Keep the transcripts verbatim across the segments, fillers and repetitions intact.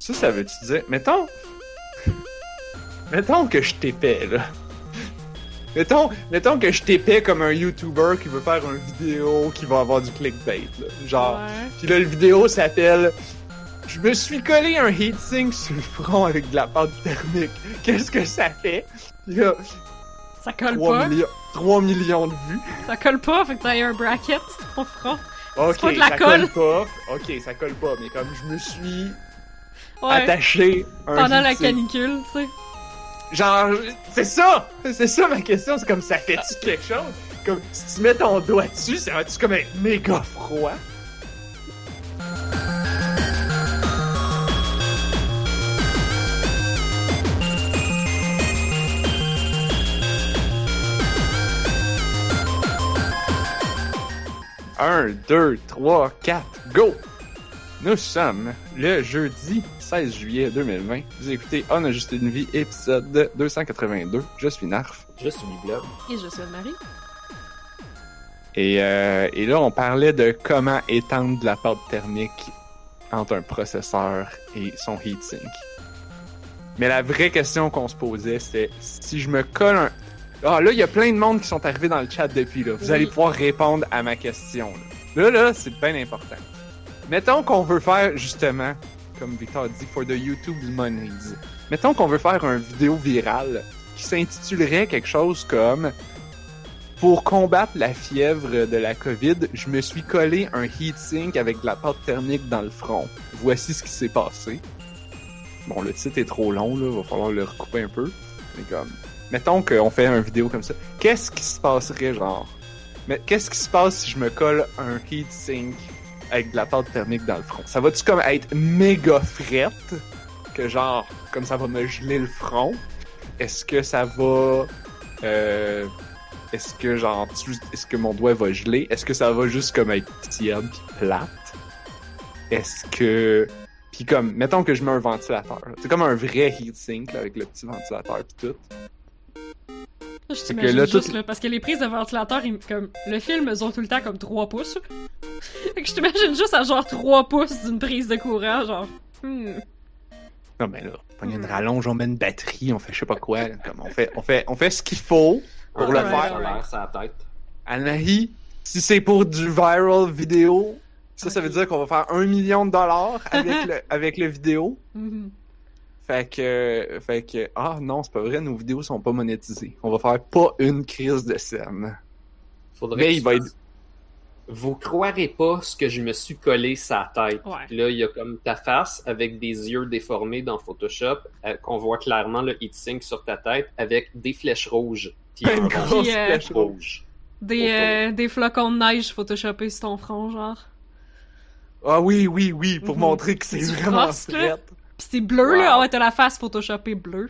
Ça, ça veut-tu dire... Mettons... mettons que je t'épais, là. Mettons, mettons que je t'épais comme un YouTuber qui veut faire une vidéo qui va avoir du clickbait, là. Genre... Ouais. Pis là, le vidéo s'appelle... Je me suis collé un heatsink sur le front avec de la pâte thermique. Qu'est-ce que ça fait? Il y a Ça colle trois, pas. milli- trois millions de vues. Ça colle pas, fait que t'as un bracket sur ton front. Ok, pas de la ça colle. colle pas. Ok, ça colle pas, mais comme je me suis Ouais. attaché un Pendant la heatsink. canicule, tu sais. Genre, c'est ça! C'est ça ma question, c'est comme ça fait-tu quelque chose? Comme, si tu mets ton doigt dessus, ça va-tu comme être méga froid? Un, deux, trois, quatre, go! Nous sommes le jeudi seize juillet deux mille vingt. Vous écoutez On a juste une vie, épisode deux cent quatre-vingt-deux. Je suis Narf. Je suis Blob. Et je suis Anne-Marie. Et, euh, et là, on parlait de comment étendre la pâte thermique entre un processeur et son heatsink. Mais la vraie question qu'on se posait, c'était si je me colle un... Ah, là, il y a plein de monde qui sont arrivés dans le chat depuis, là. Vous Oui. allez pouvoir répondre à ma question, là. Là, là, c'est bien important. Mettons qu'on veut faire, justement, comme Victor dit, for the YouTube monies. Mettons qu'on veut faire une vidéo virale qui s'intitulerait quelque chose comme « Pour combattre la fièvre de la COVID, je me suis collé un heatsink avec de la pâte thermique dans le front. Voici ce qui s'est passé. » Bon, le titre est trop long, là, va falloir le recouper un peu. Mais comme... Mettons qu'on fait une vidéo comme ça. Qu'est-ce qui se passerait, genre? Mais qu'est-ce qui se passe si je me colle un heatsink avec de la pâte thermique dans le front? Ça va-tu comme être méga frette? Que genre, comme ça va me geler le front? Est-ce que ça va... Euh... Est-ce que genre, tu... est-ce que mon doigt va geler? Est-ce que ça va juste comme être tiède pis plate? Est-ce que... Pis comme, mettons que je mets un ventilateur. C'est comme un vrai heatsink, là, avec le petit ventilateur pis tout. Je que t'imagine là, juste, tout- là, parce que les prises de ventilateur, ils- comme, le film, elles ont tout le temps comme trois pouces. Fait que je t'imagine juste à genre trois pouces d'une prise de courant, genre... Hmm. Non, mais là, on prend une rallonge, on met une batterie, on fait je sais pas quoi. Comme on fait, on fait, on fait ce qu'il faut pour le Ouais, faire. ouais. l'air sur la tête. Anahi, si c'est pour du viral vidéo, ça, ça veut dire qu'on va faire un million de dollars avec le, avec le vidéo. Mhm. Fait que, fait que, ah non, c'est pas vrai, nos vidéos sont pas monétisées. On va faire pas une crise de scène. Faudrait Mais que il tu va fasses- Vous croirez pas ce que je me suis collé sa tête. Ouais. Puis là, il y a comme ta face avec des yeux déformés dans Photoshop, euh, qu'on voit clairement le heatsink sur ta tête avec des flèches rouges. Puis Une un grosse ventre Puis, euh, flèche rouge. rouge. Des, euh, des flocons de neige photoshopés sur ton front, genre. Ah oui, oui, oui, pour Mhm. montrer que c'est Tu vraiment crosses, là. frette. Pis c'est bleu, Wow. là. Ah ouais, t'as la face photoshopée bleue.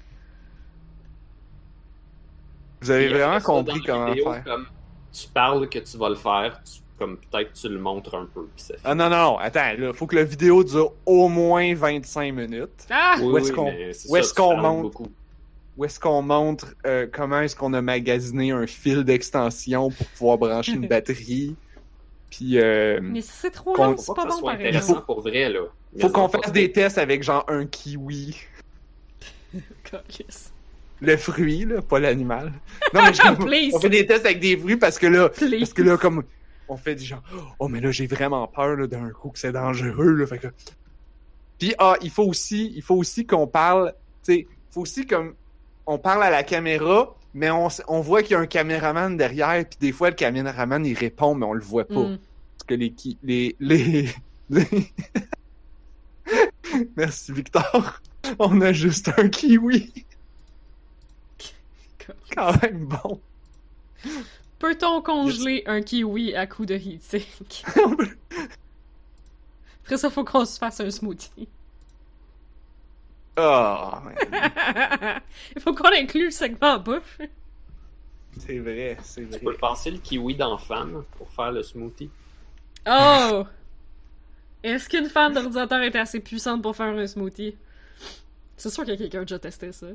Vous avez Puis vraiment après ça, compris dans la comment vidéo, faire. Comme tu parles que tu vas le faire, tu- comme peut-être tu le montres un peu. Puis ça fait... Ah non, non, non, attends, là, faut que la vidéo dure au moins vingt-cinq minutes. Ah! Oui, Où est-ce oui, qu'on- mais c'est où ça, est-ce tu qu'on parles monte? beaucoup. Où est-ce qu'on montre euh, comment est-ce qu'on a magasiné un fil d'extension pour pouvoir brancher une batterie. Puis, euh, Mais si c'est trop Qu'on- long, Faut c'est pas pas que ça bon soit pareil. intéressant Il faut- pour vrai, là. faut Mais qu'on en fait, fasse des tests avec genre un kiwi. Câlisse. Le fruit, là, pas l'animal. Non, mais je- Please. on fait des tests avec des fruits parce que là, Please. parce que là, comme, on fait du genre, oh, mais là, j'ai vraiment peur, là, d'un coup que c'est dangereux, là, fait que... Puis, ah, il faut aussi, il faut aussi qu'on parle, tu sais, il faut aussi comme, on parle à la caméra, mais on, s- on voit qu'il y a un caméraman derrière, puis des fois, le caméraman, il répond, mais on le voit pas. Mm. Parce que les, qui- les, les, les... Merci, Victor. On a juste un kiwi. Quand même bon. Peut-on congeler un kiwi à coup de heatsink? Après ça, faut qu'on se fasse un smoothie. Oh, man. Il faut qu'on inclue le segment bouffe. C'est vrai, c'est Tu peux vrai. le passer le kiwi dans fan pour faire le smoothie. Oh! Est-ce qu'une fan d'ordinateur est assez puissante pour faire un smoothie? C'est sûr qu'il y a quelqu'un qui a déjà testé ça.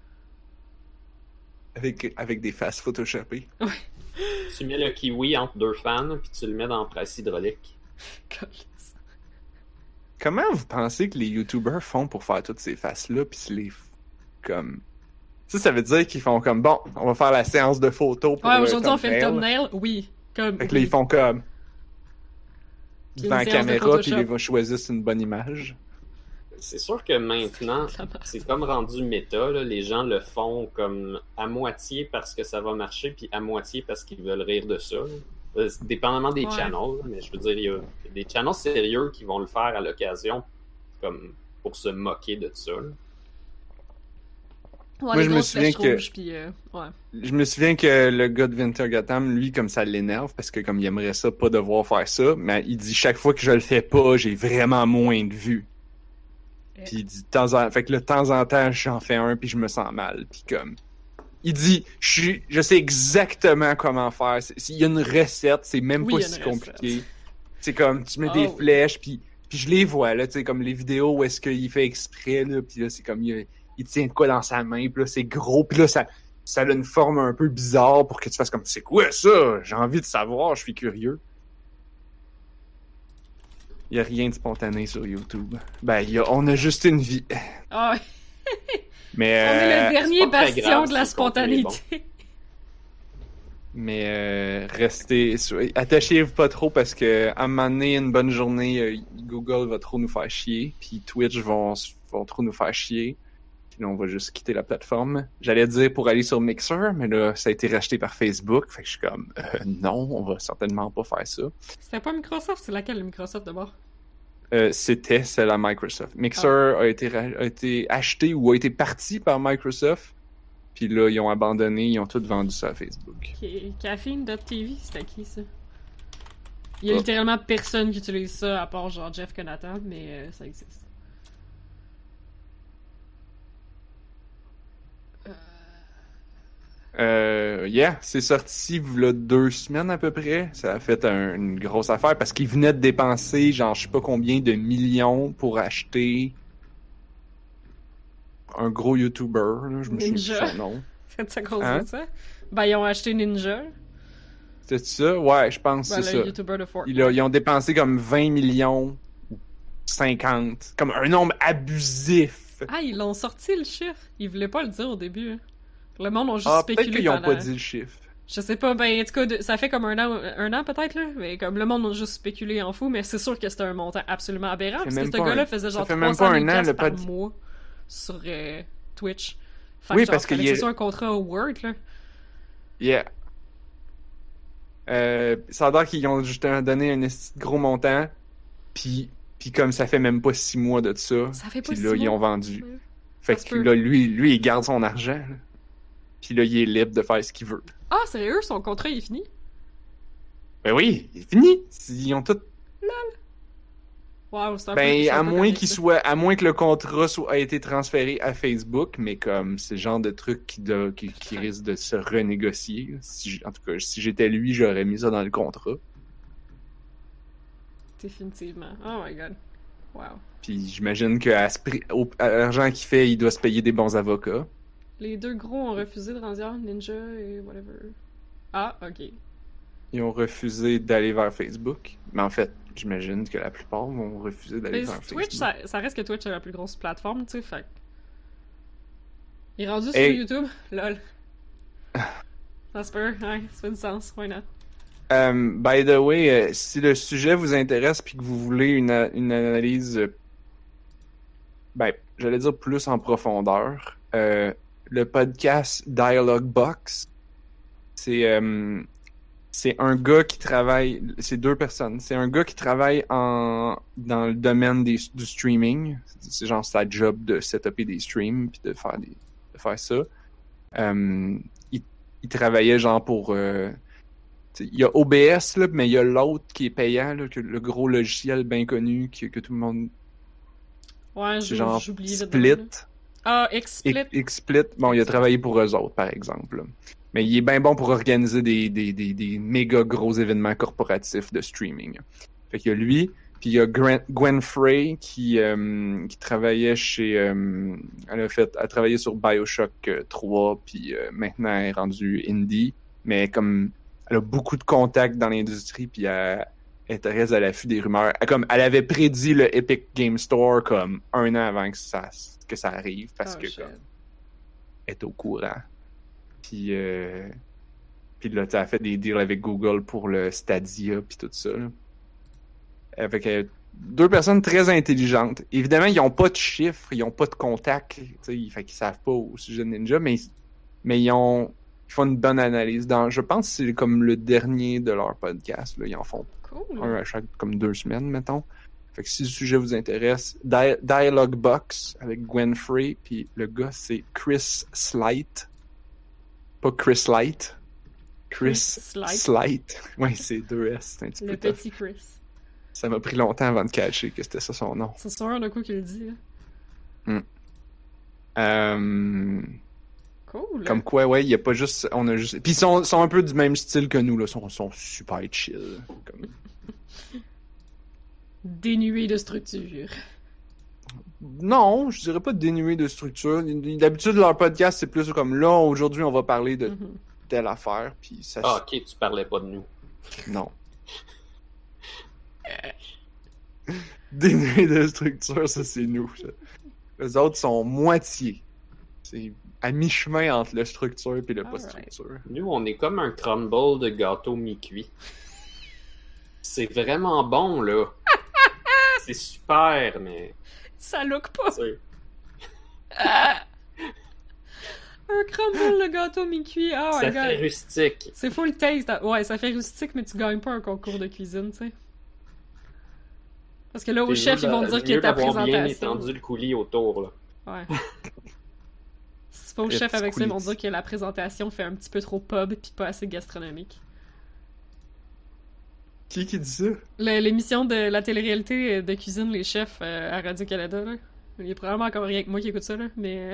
Avec, avec des faces photoshopées. Tu mets le kiwi entre deux fans, puis tu le mets dans la presse hydraulique. Câlisse. comment vous pensez que les YouTubers font pour faire toutes ces faces-là, pis se les... comme... Ça, ça veut dire qu'ils font comme, bon, on va faire la séance de photos pour Ouais, le aujourd'hui, on fait le thumbnail. thumbnail. Oui. Comme. Fait que là, ils font comme... Puis devant la une séance de caméra, puis Photoshop. ils vont choisir une bonne image. C'est sûr que maintenant, Ça marche. c'est comme rendu méta, là. Les gens le font comme à moitié parce que ça va marcher, puis à moitié parce qu'ils veulent rire de ça. Euh, c'est dépendamment des Ouais. channels, là, mais je veux dire, il y a des channels sérieux qui vont le faire à l'occasion, comme pour se moquer de ça, là. Ouais, Moi, les je me grosses souviens flèches que- rouges, puis euh, ouais. Je me souviens que le gars de Winter Gotham, lui, comme ça l'énerve, parce que comme il aimerait ça, pas devoir faire ça, mais il dit chaque fois que je le fais pas, j'ai vraiment moins de vues. Puis il dit de temps en... fait que là, de temps en temps, j'en fais un puis je me sens mal. Puis comme il dit, je suis, je sais exactement comment faire. C'est- Il y a une recette, c'est même Oui, pas il y a si une compliqué. C'est comme tu mets Oh, des oui. flèches puis puis je les vois là, tu sais comme les vidéos où est-ce qu'il fait exprès là, puis là c'est comme il, il tient de quoi dans sa main, puis là c'est gros, puis là ça ça a une forme un peu bizarre pour que tu fasses comme c'est quoi ça? J'ai envie de savoir, je suis curieux. Il y a rien de spontané sur YouTube. Ben, il y a, on a juste une vie. Ah ouais. Mais, On est euh, le dernier pas très bastion grave de la si le contenu est bon. spontanéité. mais euh, restez, attachez-vous pas trop parce que à un moment donné, une bonne journée, euh, Google va trop nous faire chier, puis Twitch vont, vont trop nous faire chier, puis là on va juste quitter la plateforme. J'allais dire pour aller sur Mixer, mais là ça a été racheté par Facebook, fait que je suis comme euh, non, on va certainement pas faire ça. C'était pas Microsoft, c'est laquelle Microsoft d'abord? Euh, c'était celle à Microsoft. Mixer a été ra- a été acheté ou a été parti par Microsoft. Puis là, ils ont abandonné, ils ont tout vendu ça à Facebook. Ca- Caffeine dot T V, c'était qui ça? Il y a Ah. littéralement personne qui utilise ça à part genre Jeff Conatan, mais euh, ça existe. Euh, yeah, c'est sorti v'là deux semaines à peu près. Ça a fait un- une grosse affaire parce qu'ils venaient de dépenser genre je sais pas combien de millions pour acheter un gros YouTuber, là, je me souviens Ninja. plus son nom. C'est à cause Hein? de ça? Ben, ils ont acheté Ninja, C'est ça? Ouais, je pense que ben, c'est le ça. YouTuber de Fortnite. Ils, ils ont dépensé comme vingt millions ou cinquante, comme un nombre abusif. Ah, ils l'ont sorti le chiffre. Ils voulaient pas le dire au début. hein. Le monde a juste Ah, peut-être spéculé qu'ils ont pendant... pas dit le chiffre. Je sais pas, ben, en tout cas, de- ça fait comme un an, un an peut-être, là. Mais comme le monde a juste spéculé en fou, mais c'est sûr que c'était un montant absolument aberrant, Ça fait parce que même ce pas gars-là un- faisait ça genre fait même trois cent pas mille un an, piastres le par pod- mois sur euh, Twitch. Fait Oui, que, genre, parce qu'il fallait y a- que ce soit un contrat au Word, là. Yeah. Euh, ça a l'air qu'ils ont juste donné un esti de gros montant, puis puis comme ça fait même pas six mois de ça, Ça fait pas puis six là, ils mois. ont vendu. Ouais. Fait Ça se que peut. là, lui, lui, il garde son argent, là. Puis là, il est libre de faire ce qu'il veut. Ah, sérieux, son contrat est fini? Ben oui, il est fini. Ils ont tout. Wow, c'est un peu... je Ben, suis un à peu moins connecté. qu'il soit, à moins que le contrat soit, a été transféré à Facebook, mais comme c'est le genre de truc qui, de, qui, qui risque de se renégocier. là. Si, j- en tout cas, si j'étais lui, j'aurais mis ça dans le contrat. Définitivement. Oh my god. Wow. Puis j'imagine qu'à ce prix- au- à l'argent qu'il fait, il doit se payer des bons avocats. Les deux gros ont refusé de rendre Ninja et whatever. Ah, ok. Ils ont refusé d'aller vers Facebook. Mais en fait, j'imagine que la plupart vont refuser d'aller Mais vers Twitch, Facebook. ça, ça reste que Twitch est la plus grosse plateforme, tu sais, fait. que- Il est rendu Hey. sur YouTube? Lol. Ça se peut, ouais, ça fait du sens, why not? Euh, by the way, euh, si le sujet vous intéresse puis que vous voulez une, a- une analyse, euh, ben, j'allais dire plus en profondeur, euh, le podcast Dialogue Box, c'est euh, c'est un gars qui travaille, c'est deux personnes, c'est un gars qui travaille en dans le domaine des, du streaming, c'est c'est genre sa job de setuper des streams puis de faire des de faire ça. Euh, il, il travaillait genre pour euh, il y a O B S, là, mais il y a l'autre qui est payant, là, que le gros logiciel bien connu que, que tout le monde. Ouais, C'est j'ai- genre j'oublie vite de Split. même, là. Ah, XSplit. X- XSplit. Bon, il a travaillé pour eux autres, par exemple. là. Mais il est bien bon pour organiser des, des, des, des méga gros événements corporatifs de streaming. Fait qu'il y a lui, puis il y a Gwen, Gwen Frey qui, euh, qui travaillait chez. Euh, elle a fait, elle a travaillé sur Bioshock euh, trois, puis euh, maintenant elle est rendue indie. Mais comme elle a beaucoup de contacts dans l'industrie, puis elle, est très à l'affût des rumeurs. Elle, comme, elle avait prédit le Epic Game Store comme un an avant que ça, que ça arrive parce Oh, que shit. comme, elle est au courant. Puis, euh, puis là, tu sais, elle a fait des deals avec Google pour le Stadia puis tout ça. Là. Avec euh, deux personnes très intelligentes. Évidemment, ils n'ont pas de chiffres, ils n'ont pas de contacts. Tu sais, fait qu'ils savent pas au sujet de Ninja, mais, mais ils ont ils font une bonne analyse. Dans, je pense que c'est comme le dernier de leur podcast. Là. Ils en font Cool. un à chaque comme deux semaines, mettons. Fait que si le sujet vous intéresse, Di- Dialogue Box avec Gwen Frey, puis le gars c'est Chris Slight. Pas Chris Light. Chris, Chris Slight. Slight. Ouais, c'est deux S, c'est un petit Le peu tough. petit Chris. Ça m'a pris longtemps avant de catcher que c'était ça son nom. C'est sûr, un coup qui le dit. Là. Euh... Cool. Comme quoi, ouais, il y a pas juste... On a juste... Puis ils sont, sont un peu du même style que nous, là. Ils sont, sont super chill. Comme... Dénué de structure. Non, je dirais pas dénué de structure. D'habitude, leur podcast, c'est plus comme là, aujourd'hui, on va parler de Mhm. telle affaire, puis ça... Ah, ok, tu parlais pas de nous. Non. Dénué de structure, ça, c'est nous. Ça. Les autres sont moitié. C'est à mi-chemin entre la structure et le Alright. pas-structure. Nous, on est comme un crumble de gâteau mi-cuit. C'est vraiment bon, là. C'est super, mais... Ça look pas. c'est- Ah! Un crumble le gâteau mi-cuit. Oh ça my fait god. rustique. C'est full taste. Ouais, ça fait rustique, mais tu gagnes pas un concours de cuisine, tu sais. Parce que là, au C'est chef, mieux ils vont de- dire que mieux ta d'avoir bien présentation. étendu le coulis autour, là. Ouais. Si tu vas au Le chef petit avec ça, ils vont coulis. dire que la présentation fait un petit peu trop pub pis pas assez gastronomique. Qui qui dit ça? Le- L'émission de la télé-réalité de cuisine, les chefs euh, à Radio-Canada, là. Il y a probablement encore rien que moi qui écoute ça, là, mais...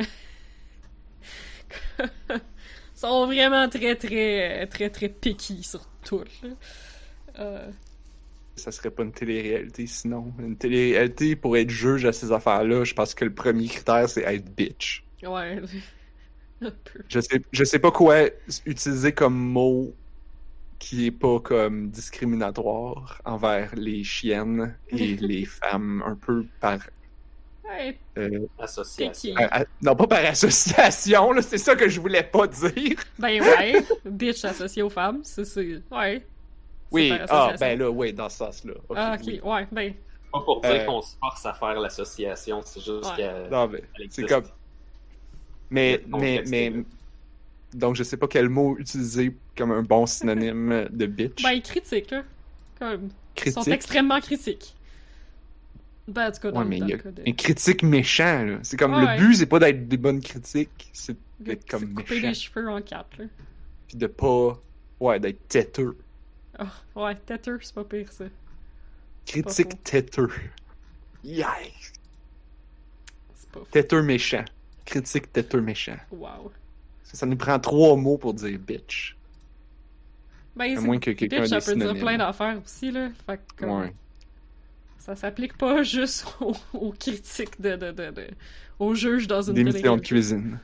euh, sont vraiment très, très, très, très picky sur tout, là. Euh, Ça serait pas une télé-réalité sinon. Une télé-réalité, pour être juge à ces affaires-là, je pense que le premier critère, c'est être bitch. ouais. Un peu. Je sais, je sais pas quoi utiliser comme mot qui est pas comme discriminatoire envers les chiennes et les femmes, un peu par... Ouais, euh, Association. picky. à- à- non, pas par association, là, c'est ça que je voulais pas dire. Ben ouais, bitch associée aux femmes, c'est... c'est- Ouais. Oui, C'est par ah, association. ben là, oui, dans ce sens-là. Ok, Ah, ok, oui. ouais, ben... Pas pour dire Euh, qu'on se force à faire l'association, c'est juste Ouais. qu'elle Non, mais elle c'est existe. comme... Mais, Le mais, contexte mais... est là. Donc, je sais pas quel mot utiliser comme un bon synonyme de bitch. Ben, critique, là. Comme... Ils sont Critique. extrêmement critiques. Ben, en tout cas, dans, Ouais, mais dans il y le a cas de... un critique méchant, là. C'est comme, Ouais. le but, c'est pas d'être des bonnes critiques, c'est d'être C'est comme couper méchant. les cheveux en quatre, là. Puis de pas... Ouais, d'être têteux. Ah, ouais, têteux, c'est pas pire, ça. Critique faux. têteux. Yikes! C'est pas fou. Têteux méchant. Critique têteux méchant. Wow. Ça, ça nous prend trois mots pour dire bitch. Ben, À c'est... moins que quelqu'un bitch, ait ça des peut dire synonymes. plein d'affaires aussi, là. Fait que, comme... Ouais. Ça s'applique pas juste aux, aux critiques de, de, de, de... aux juges dans une D'émission de télé-réalité. cuisine.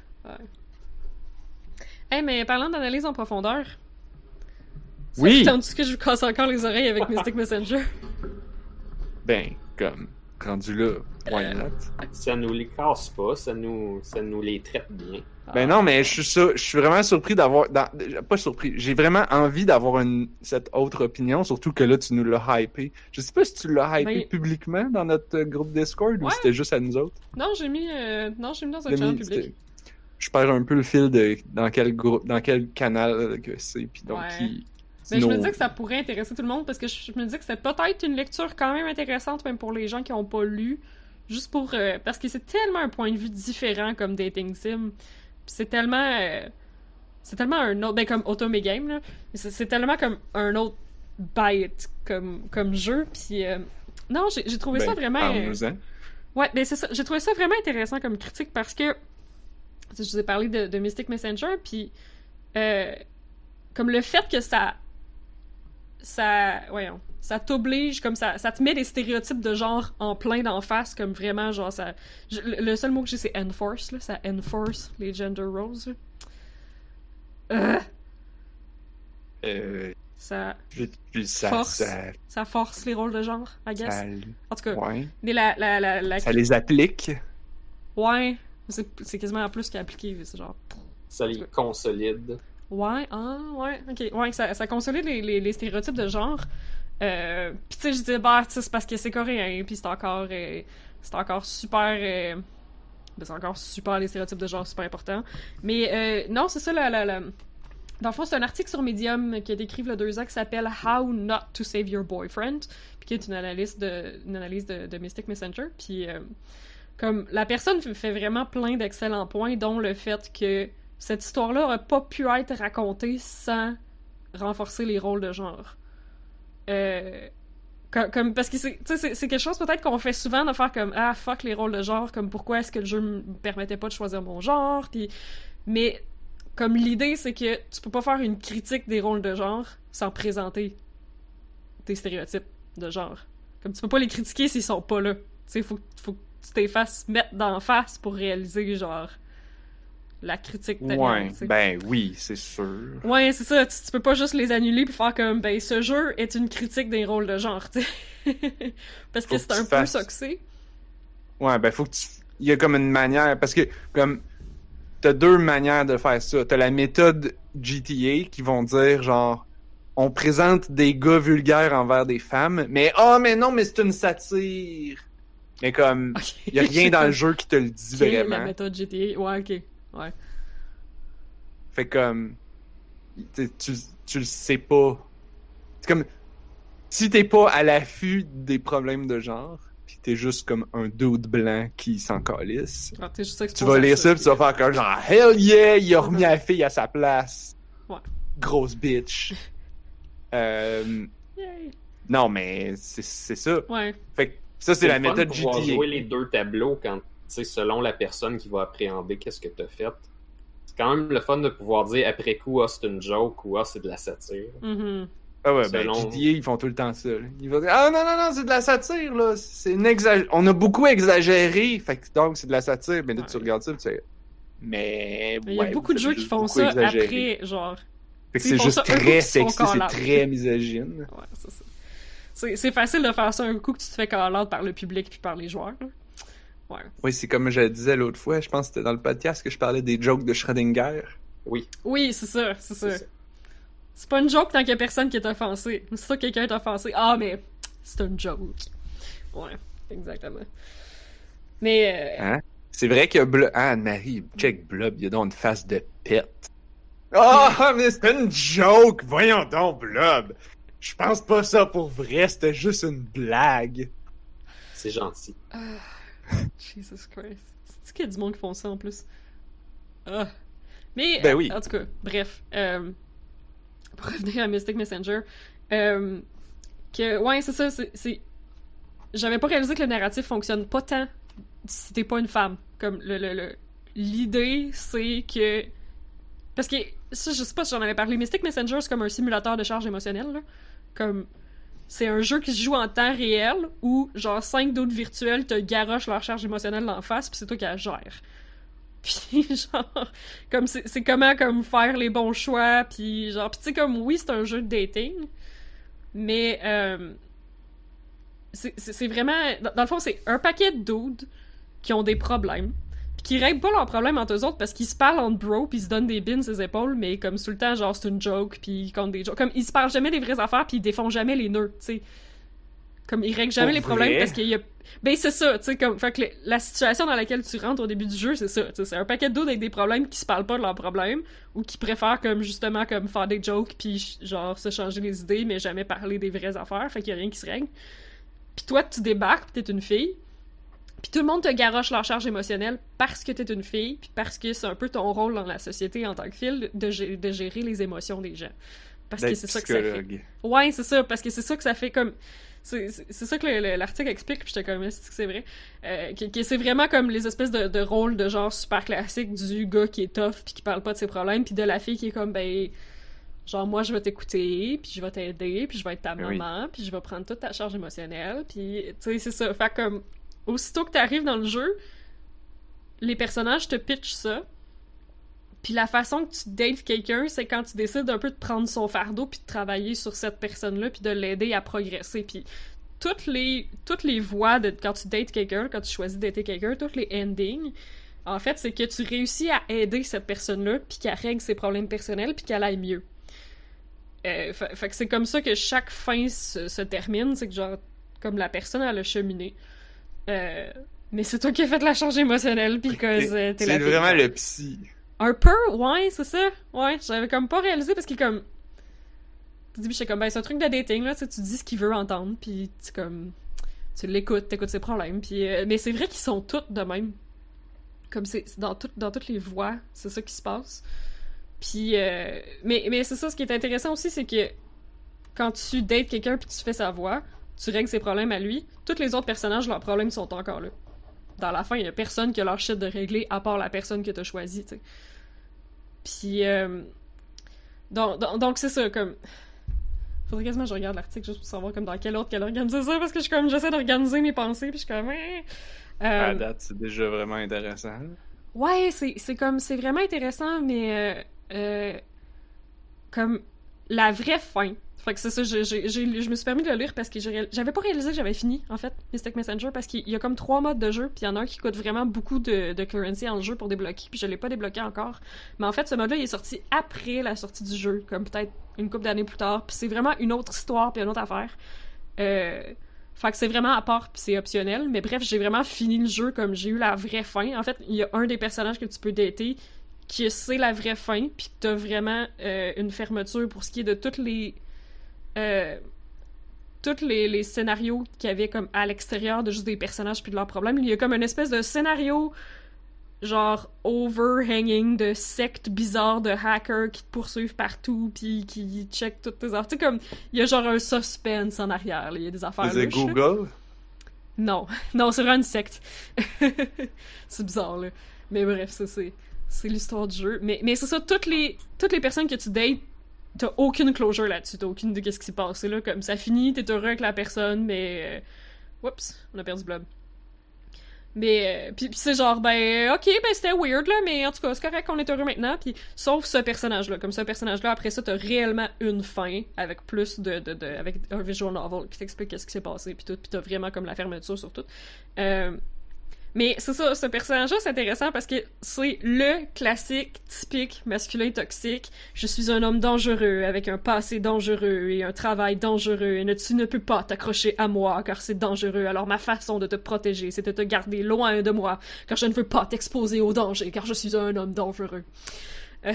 Hey, mais parlant d'analyse en profondeur... ça Oui! vous tente-tu que je vous casse encore les oreilles avec Mystic Messenger? Ben, comme, rendu là, why Euh. not? Ça nous les casse pas, ça nous, ça nous les traite bien. Ben non, mais je suis sur- je suis vraiment surpris d'avoir... dans- Pas surpris, j'ai vraiment envie d'avoir une... cette autre opinion, surtout que là, tu nous l'as hypé. Je sais pas si tu l'as hypé Ben- publiquement dans notre euh, groupe Discord ou Ouais. c'était juste à nous autres. Non, j'ai mis, euh... non, j'ai mis dans un J'ai channel mis- public. c'était- Je perds un peu le fil de dans quel groupe, dans quel canal euh, que c'est, puis donc Ouais. qui... Mais je me nos- dis que ça pourrait intéresser tout le monde parce que je je me dis que c'est peut-être une lecture quand même intéressante, même pour les gens qui n'ont pas lu. Juste pour. euh, parce que c'est tellement un point de vue différent comme Dating Sim. Puis c'est tellement. euh, c'est tellement un autre. Ben, comme Otome Game, là. Mais C'est c'est tellement comme un autre bite comme, comme jeu. Puis. euh, non, j'ai j'ai trouvé ben, ça vraiment. euh, parle-nous-en. Ouais, ben c'est ça. J'ai trouvé ça vraiment intéressant comme critique parce que je vous ai parlé de, de Mystic Messenger, puis euh, comme le fait que ça, ça, voyons, ça t'oblige, comme ça, ça te met des stéréotypes de genre en plein d'en face, comme vraiment genre ça. je- le le seul mot que j'ai c'est enforce là, ça enforce les gender roles. Là. Euh, Euh, Ça Puis, puis ça, force, ça, ça force les rôles de genre, I guess. ça, En tout cas, ouais, mais la, la, la, la... ça les applique. Ouais, c'est, c'est quasiment plus qu'appliqué, c'est genre... Ça les consolide. Ouais, ah, ouais, ok. Ouais, ça, ça consolide les, les, les stéréotypes de genre. Euh, pis tu sais, je disais, bah, tu sais, c'est parce que c'est coréen, pis c'est encore... Euh, c'est encore super... Euh, ben, c'est encore super, les stéréotypes de genre, super importants. Mais euh, non, c'est ça, la... la, la... Dans le fond, c'est un article sur Medium qui a décrit il y a deux ans qui s'appelle How Not to Save Your Boyfriend, puis qui est une analyse de, une analyse de, de Mystic Messenger. Puis, euh, comme, la personne fait vraiment plein d'excellents points, dont le fait que cette histoire-là aurait pas pu être racontée sans renforcer les rôles de genre. Euh, comme, comme, parce que c'est, c'est, c'est quelque chose peut-être qu'on fait souvent de faire comme ah fuck les rôles de genre, comme pourquoi est-ce que le jeu me permettait pas de choisir mon genre, puis mais comme l'idée c'est que tu peux pas faire une critique des rôles de genre sans présenter tes stéréotypes de genre. Comme tu peux pas les critiquer s'ils sont pas là. Tu sais, faut, faut que tu t'effaces mettre d'en face pour réaliser genre la critique derrière, Ouais, t'sais. ben oui, c'est sûr. Ouais, c'est ça. Tu, tu peux pas juste les annuler puis faire comme, ben, ce jeu est une critique des rôles de genre, tu sais. Parce que Faut c'est que tu un peu fasses- ça que c'est. Ouais, ben faut que tu... Il y a comme une manière... Parce que, comme, t'as deux manières de faire ça. T'as la méthode G T A qui vont dire, genre, on présente des gars vulgaires envers des femmes, mais, oh, mais non, mais c'est une satire. Mais comme, Ok. il y a rien dans le jeu qui te le dit Ok, vraiment. la méthode G T A. Ouais, ok. Ouais. Fait comme, tu, tu, tu le sais pas. C'est comme, si t'es pas à l'affût des problèmes de genre, pis t'es juste comme un dude blanc qui s'en calisse, Alors, t'es juste tu exposé vas à lire ça pis tu vas faire comme genre, hell yeah, il a remis la fille à sa place. Ouais. Grosse bitch. euh, Yay. non, mais c'est, c'est ça. Ouais. Fait que ça, c'est, C'est la le fun de méthode G pouvoir T A. jouer les deux tableaux quand, tu sais, selon la personne qui va appréhender qu'est-ce que t'as fait. C'est quand même le fun de pouvoir dire après coup, ah, c'est une joke ou ah, c'est de la satire. Mhm. Ah ouais, Selon- ben G T A, ils font tout le temps ça. Là. Ils vont dire, ah non, non, non, c'est de la satire, là. C'est une exag... On a beaucoup exagéré, fait que donc c'est de la satire. Mais là, tu Ouais. regardes ça, tu sais. Mais. Mais il y a ouais, beaucoup de vous jeux avez qui juste font beaucoup ça exagéré. après, genre. Fait que Ils c'est font juste ça un coup très qu'ils se font sexiste, c'est call-out. très misogyne. Ouais, c'est ça. C'est, c'est facile de faire ça un coup que tu te fais call-out par le public puis par les joueurs. Là. Ouais. Oui, c'est comme je le disais l'autre fois, je pense que c'était dans le podcast que je parlais des jokes de Schrödinger. Oui, Oui, c'est ça, c'est ça. c'est ça. C'est pas une joke tant qu'il y a personne qui est offensé. C'est ça que quelqu'un est offensé. Ah, mais c'est une joke. Ouais, exactement. Mais, euh, Hein? C'est vrai que Blob... Ah, Anne-Marie, check Blob, il y a donc une face de pète. Ah, mais c'est une joke! Voyons donc, Blob! Je pense pas ça pour vrai, c'était juste une blague. C'est gentil. ah, Jesus Christ. C'est-tu qu'il y a du monde qui font ça en plus? Ah. Mais, Ben euh, oui. en tout cas, bref. Euh, pour revenir à Mystic Messenger, euh, que, ouais, c'est ça, c'est, c'est... J'avais pas réalisé que le narratif fonctionne pas tant si t'es pas une femme. Comme, le, le, le... l'idée, c'est que... Parce que, ça, je sais pas si j'en avais parlé, Mystic Messenger, c'est comme un simulateur de charge émotionnelle, là. Comme... C'est un jeu qui se joue en temps réel où, genre, cinq d'autres virtuels te garochent leur charge émotionnelle d'en face, puis c'est toi qui la gères. Puis, genre, comme c'est, c'est comment, comme, faire les bons choix, puis genre, puis tu sais, comme, oui, c'est un jeu de dating, mais, euh, c'est, c'est, c'est vraiment, dans, dans le fond, c'est un paquet de dudes qui ont des problèmes, puis qui règlent pas leurs problèmes entre eux autres parce qu'ils se parlent entre bros, puis ils se donnent des bins sur les épaules, mais comme, tout le temps, genre, c'est une joke, puis ils comptent des jokes. Comme, ils se parlent jamais des vraies affaires, puis ils défont jamais les nœuds, tu sais. Comme, ils règlent jamais Pour les problèmes vrai? parce qu'il y a... Ben, c'est ça, tu sais, comme... Fait que le- la situation dans laquelle tu rentres au début du jeu, c'est ça, tu sais, c'est un paquet de dudes avec des problèmes qui se parlent pas de leurs problèmes, ou qui préfèrent, comme, justement, comme, faire des jokes, puis genre, se changer les idées, mais jamais parler des vraies affaires, fait qu'il y a rien qui se règle. Puis toi, tu débarques, pis t'es une fille, puis tout le monde te garoche leur charge émotionnelle parce que t'es une fille, puis parce que c'est un peu ton rôle dans la société en tant que fille, de, gé- de gérer les émotions des gens. Parce que D'être c'est ça que ça fait. psychologue. Ouais, c'est ça, parce que c'est ça que ça fait comme... C'est, c'est, c'est ça que le- le- l'article explique, puis j'étais comme, est-ce que c'est vrai? Euh, que, que c'est vraiment comme les espèces de, de rôles de genre super classiques du gars qui est tough puis qui parle pas de ses problèmes, puis de la fille qui est comme, ben... Genre, moi, je vais t'écouter, puis je vais t'aider, puis je vais être ta Oui. maman, puis je vais prendre toute ta charge émotionnelle, puis, tu sais, c'est ça. Fait comme, aussitôt que t'arrives dans le jeu, les personnages te pitchent ça, Puis la façon que tu dates quelqu'un, c'est quand tu décides un peu de prendre son fardeau puis de travailler sur cette personne-là puis de l'aider à progresser. Puis toutes les toutes les voies de quand tu dates quelqu'un, quand tu choisis de dater quelqu'un, toutes les endings, en fait, c'est que tu réussis à aider cette personne-là puis qu'elle règle ses problèmes personnels puis qu'elle aille mieux. Euh, fait, fait que c'est comme ça que chaque fin se, se termine, c'est que genre, comme la personne, elle a cheminé. Euh, mais c'est toi qui as fait la charge émotionnelle pis que t'es, t'es c'est la vraiment fille. le psy. Un peu, ouais, c'est ça. Ouais, j'avais comme pas réalisé parce qu'il est comme... Au début, j'étais comme, ben, c'est un truc de dating, là, tu sais, tu dis ce qu'il veut entendre, pis tu comme... Tu l'écoutes, t'écoutes ses problèmes, pis... Euh, mais c'est vrai qu'ils sont tous de même. Comme c'est, c'est dans, tout, dans toutes les voies, c'est ça qui se passe. Puis, euh, mais, mais c'est ça, ce qui est intéressant aussi, c'est que quand tu dates quelqu'un pis tu fais sa voix, tu règles ses problèmes à lui, tous les autres personnages, leurs problèmes sont encore là. Dans la fin, il y a personne qui a leur shit de régler à part la personne que t'as choisie, tu sais. Puis, euh, donc, donc, donc c'est ça, comme... Faudrait quasiment que je regarde l'article juste pour savoir comme dans quel ordre qu'elle a organisé ça, parce que je suis comme, j'essaie d'organiser mes pensées, puis je suis comme... Eh. Euh, À date, c'est déjà vraiment intéressant. Ouais, c'est, c'est comme, c'est vraiment intéressant, mais... Euh, euh, comme, la vraie fin... Fait que c'est ça, j'ai, j'ai, j'ai, je me suis permis de le lire parce que j'ai, j'avais pas réalisé que j'avais fini, en fait, Mystic Messenger, parce qu'il y a comme trois modes de jeu, puis il y en a un qui coûte vraiment beaucoup de, de currency en jeu pour débloquer, puis je l'ai pas débloqué encore. Mais en fait, ce mode-là, il est sorti après la sortie du jeu, comme peut-être une couple d'années plus tard, puis c'est vraiment une autre histoire, puis une autre affaire. Euh... Fait que c'est vraiment à part, puis c'est optionnel, mais bref, j'ai vraiment fini le jeu comme j'ai eu la vraie fin. En fait, il y a un des personnages que tu peux dater qui c'est la vraie fin, puis que t'as vraiment euh, une fermeture pour ce qui est de toutes les... Euh, tous les, les scénarios qu'il y avait comme à l'extérieur de juste des personnages puis de leurs problèmes. Il y a comme une espèce de scénario genre overhanging de sectes bizarres de hackers qui te poursuivent partout puis qui checkent toutes tes affaires. Tu sais, comme, il y a genre un suspense en arrière, là. Il y a des affaires C'est Google? Non. Non, c'est vraiment une secte. C'est bizarre, là. Mais bref, ça, c'est, c'est l'histoire du jeu. Mais, mais c'est ça, toutes les, toutes les personnes que tu dates, t'as aucune closure là-dessus, t'as aucune idée de ce qui s'est passé, là, comme ça finit, t'es heureux avec la personne, mais... Euh... Oups, on a perdu Blob. Mais, euh, pis, pis c'est genre, ben, ok, ben c'était weird, là, mais en tout cas, c'est correct qu'on est heureux maintenant, pis sauf ce personnage-là, comme ce personnage-là, après ça, t'as réellement une fin, avec plus de, de, de avec un visual novel qui t'explique qu'est-ce qui s'est passé, pis tout, pis t'as vraiment comme la fermeture sur tout. Euh... Mais c'est ça, ce personnage-là, c'est intéressant parce que c'est le classique typique masculin toxique. Je suis un homme dangereux, avec un passé dangereux et un travail dangereux, et ne, tu ne peux pas t'accrocher à moi car c'est dangereux. Alors ma façon de te protéger, c'est de te garder loin de moi, car je ne veux pas t'exposer au danger, car je suis un homme dangereux. Euh...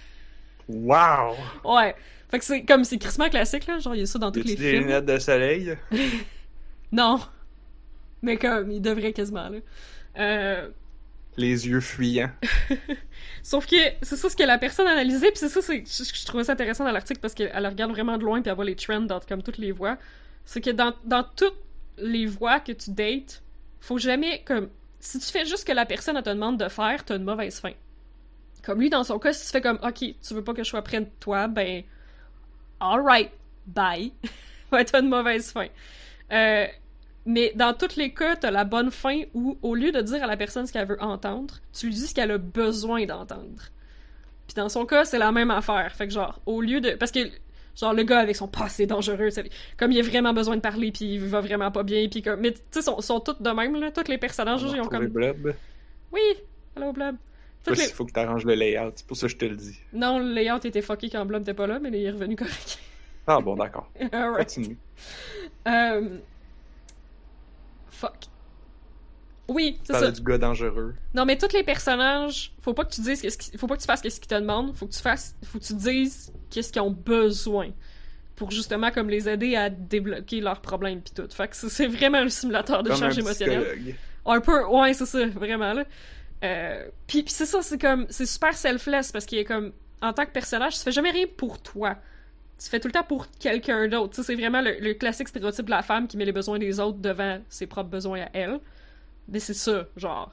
Wow! Ouais. Fait que c'est comme, c'est crissement classique, là, genre il y a ça dans tous les films. Des lunettes de soleil? Non. Mais comme, il devrait quasiment, là. Euh... Les yeux fuyants. Sauf que c'est ça ce que la personne a analysé, puis c'est ça, c'est, je, je trouvais ça intéressant dans l'article parce qu'elle regarde vraiment de loin puis elle voit les trends dans comme toutes les voix. C'est que dans, dans toutes les voix que tu dates, faut jamais, comme, si tu fais juste ce que la personne te demande de faire, t'as une mauvaise fin. Comme lui, dans son cas, si tu fais comme, ok, tu veux pas que je sois près de toi, ben, alright, bye. Ouais, t'as une mauvaise fin. Euh... Mais dans tous les cas, t'as la bonne fin où, au lieu de dire à la personne ce qu'elle veut entendre, tu lui dis ce qu'elle a besoin d'entendre. Puis dans son cas, c'est la même affaire. Fait que genre, au lieu de... Parce que, genre, le gars avec son passé dangereux, comme il a vraiment besoin de parler, puis il va vraiment pas bien, puis comme... Mais tu sais, sont, sont tous de même, là. Tous les personnages, ils ont comme... Blob. Oui! Hello, Blob. Il les... faut que t'arranges le layout, c'est pour ça que je te le dis. Non, le layout était fucké quand Blob était pas là, mais il est revenu correct. Ah bon, d'accord. Alright. Continue. Euh... Fuck. Oui, c'est Parle ça. du gars dangereux. Non, mais tous les personnages, faut pas que tu dises qu'est-ce qui... faut pas que tu fasses qu'est-ce qu'ils te demandent, faut que tu fasses, faut que tu dises qu'est-ce qu'ils ont besoin pour justement comme les aider à débloquer leurs problèmes pis tout. Fait que c'est vraiment un simulateur de Comme charge un émotionnelle. psychologue. Un peu, ouais, c'est ça, vraiment là. Euh, pis, pis c'est ça, c'est comme, c'est super selfless parce qu'il est comme, en tant que personnage, tu fais jamais rien pour toi. Tu fais tout le temps pour quelqu'un d'autre. Tu sais, c'est vraiment le, le classique stéréotype de la femme qui met les besoins des autres devant ses propres besoins à elle. Mais c'est ça, genre.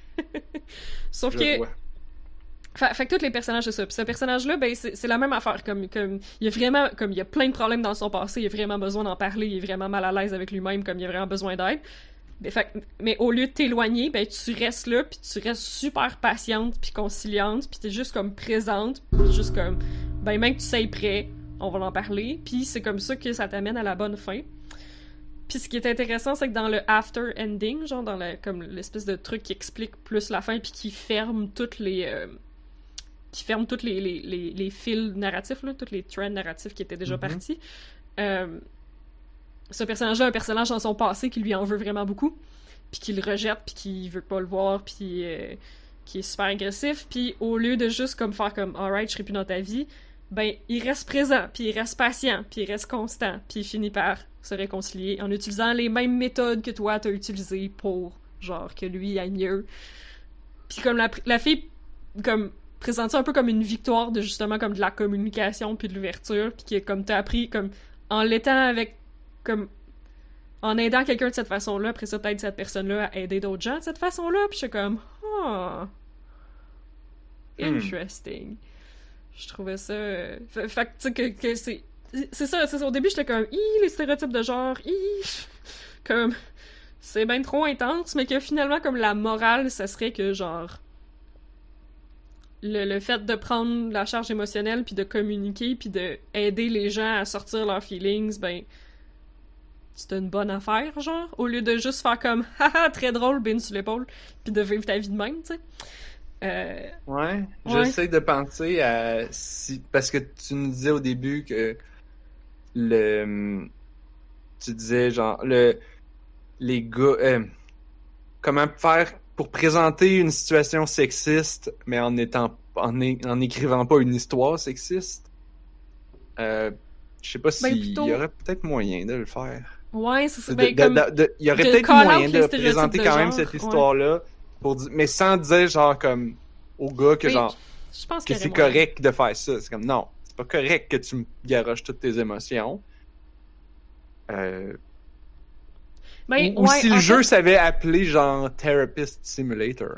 Sauf Je que... vois. Fait, fait que tous les personnages, c'est ça. Puis ce personnage-là, ben, c'est, c'est la même affaire. Comme, comme, il y a vraiment, comme, il y a plein de problèmes dans son passé, il a vraiment besoin d'en parler, il est vraiment mal à l'aise avec lui-même, comme il a vraiment besoin d'aide. Ben, fait, mais au lieu de t'éloigner, ben tu restes là, puis tu restes super patiente, puis conciliante, puis t'es juste comme présente, puis juste comme, ben même que tu sais prêt, on va en parler, puis c'est comme ça que ça t'amène à la bonne fin. Puis ce qui est intéressant, c'est que dans le after ending, genre dans la, comme l'espèce de truc qui explique plus la fin, puis qui ferme toutes les... Euh, qui ferme tous les, les, les, les fils narratifs, là, tous les trends narratifs qui étaient déjà mm-hmm. partis. Euh, ce personnage-là a un personnage dans son passé qui lui en veut vraiment beaucoup, puis qui le rejette, puis qui veut pas le voir, puis euh, qui est super agressif, puis au lieu de juste comme faire comme « Alright, je serai plus dans ta vie », ben, il reste présent, puis il reste patient, puis il reste constant, puis il finit par se réconcilier en utilisant les mêmes méthodes que toi t'as utilisées pour, genre, que lui aille mieux. Puis comme la, la fille, comme... présente ça un peu comme une victoire de justement comme de la communication puis de l'ouverture, puis que comme t'as appris comme en l'étant avec comme en aidant quelqu'un de cette façon-là, après ça t'aides cette personne-là à aider d'autres gens de cette façon-là, puis je suis comme ah oh, interesting. Hmm. Je trouvais ça euh... fait, fait que tu sais que, que c'est c'est ça, c'est ça, au début j'étais comme hi les stéréotypes de genre hi comme c'est ben trop intense, mais que finalement comme la morale ça serait que genre Le, le fait de prendre la charge émotionnelle puis de communiquer puis de aider les gens à sortir leurs feelings, ben c'est une bonne affaire, genre, au lieu de juste faire comme haha très drôle, bin sur l'épaule, puis de vivre ta vie de même, tu sais. Euh... Ouais, ouais. J'essaie de penser à si parce que tu nous disais au début que le tu disais genre le les gars euh, comment faire pour présenter une situation sexiste, mais en étant en, é- en écrivant pas une histoire sexiste. Euh, je sais pas s'il ben plutôt... y aurait peut-être moyen de le faire. Ouais, c'est ça. Ben, comme... Il y aurait peut-être moyen de présenter de quand genre, même cette histoire-là, ouais. pour di- mais sans dire genre comme au gars que mais genre je pense que c'est correct de faire ça. C'est comme non, c'est pas correct que tu me garoches toutes tes émotions. Euh... Ben, ou, ou ouais, si le fait... jeu savait appeler genre Therapist Simulator.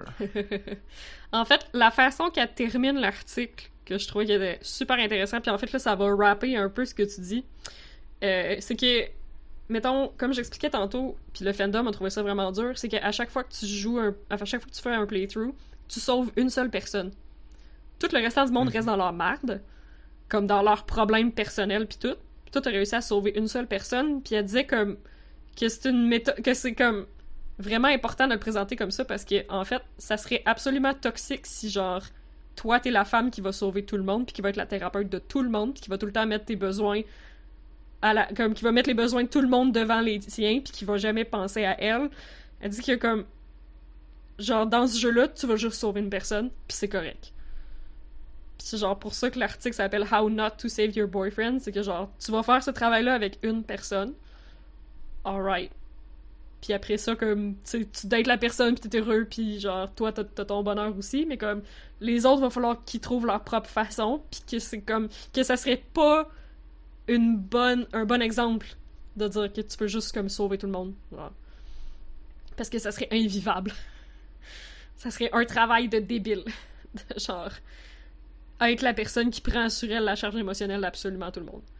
En fait, la façon qu'elle termine l'article, que je trouvais qu'elle était super intéressant, puis en fait là ça va rapper un peu ce que tu dis, euh, c'est que, mettons, comme j'expliquais tantôt, puis le fandom a trouvé ça vraiment dur, c'est qu'à chaque fois que tu joues, un... à chaque fois que tu fais un playthrough, tu sauves une seule personne. Tout le restant du monde mm-hmm. reste dans leur merde, comme dans leurs problèmes personnels puis tout. Puis toi t'as réussi à sauver une seule personne, puis elle disait comme que c'est une méthode, que c'est comme vraiment important de le présenter comme ça parce que en fait, ça serait absolument toxique si genre toi t'es la femme qui va sauver tout le monde puis qui va être la thérapeute de tout le monde puis qui va tout le temps mettre tes besoins à la comme qui va mettre les besoins de tout le monde devant les tiens puis qui va jamais penser à elle. Elle dit que comme genre dans ce jeu-là, tu vas juste sauver une personne puis c'est correct. Puis c'est genre pour ça que l'article s'appelle How Not to Save Your Boyfriend, c'est que genre tu vas faire ce travail-là avec une personne. Alright. Puis après ça, comme, tu tu dates la personne, pis t'es heureux, pis genre, toi, t'as, t'as ton bonheur aussi, mais comme, les autres, va falloir qu'ils trouvent leur propre façon, pis que c'est comme, que ça serait pas une bonne, un bon exemple de dire que tu peux juste, comme, sauver tout le monde. Genre. Parce que ça serait invivable. Ça serait un travail de débile. De genre, être la personne qui prend sur elle la charge émotionnelle d'absolument tout le monde.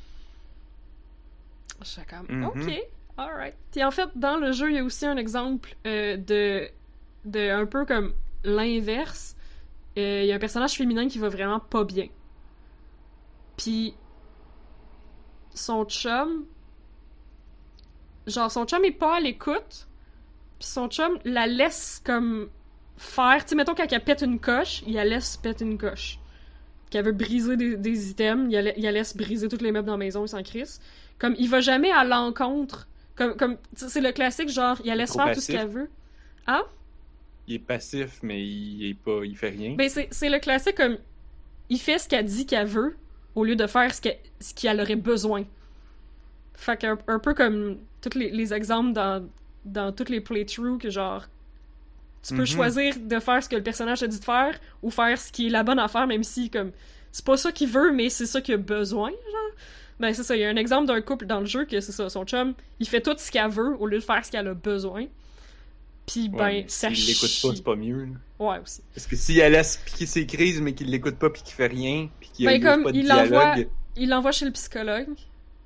Je suis comme, mm-hmm. ok. Alright. Puis en fait, dans le jeu, il y a aussi un exemple euh, de, de un peu comme l'inverse. Euh, il y a un personnage féminin qui va vraiment pas bien. Puis son chum, genre son chum est pas à l'écoute. Puis son chum la laisse comme faire. Tu sais, mettons quand elle pète une coche, il la laisse péter une coche. Qu'elle veut briser des, des items, il la, il la laisse briser tous les meubles dans la maison, il s'en crisse. Comme il va jamais à l'encontre. Comme, comme c'est le classique, genre, il laisse faire passif. Tout ce qu'elle veut. Hein? Il est passif, mais il est pas, il fait rien. Ben, c'est, c'est le classique, comme, il fait ce qu'elle dit qu'elle veut, au lieu de faire ce qu'elle, ce qu'elle aurait besoin. Fait qu'un un peu comme tous les, les exemples dans, dans tous les playthroughs, que genre, tu peux mm-hmm. choisir de faire ce que le personnage a dit de faire, ou faire ce qui est la bonne affaire, même si, comme, c'est pas ça qu'il veut, mais c'est ça qu'il a besoin, genre. Ben c'est ça, il y a un exemple d'un couple dans le jeu que c'est ça, son chum, il fait tout ce qu'elle veut au lieu de faire ce qu'elle a besoin. Puis ben, ouais, ça chie. S'il l'écoute pas, c'est pas mieux. Là. Ouais, aussi. Parce que s'il laisse piquer ses crises, mais qu'il l'écoute pas pis qu'il fait rien, pis qu'il ben, a comme, pas de il dialogue... l'envoie, il l'envoie chez le psychologue.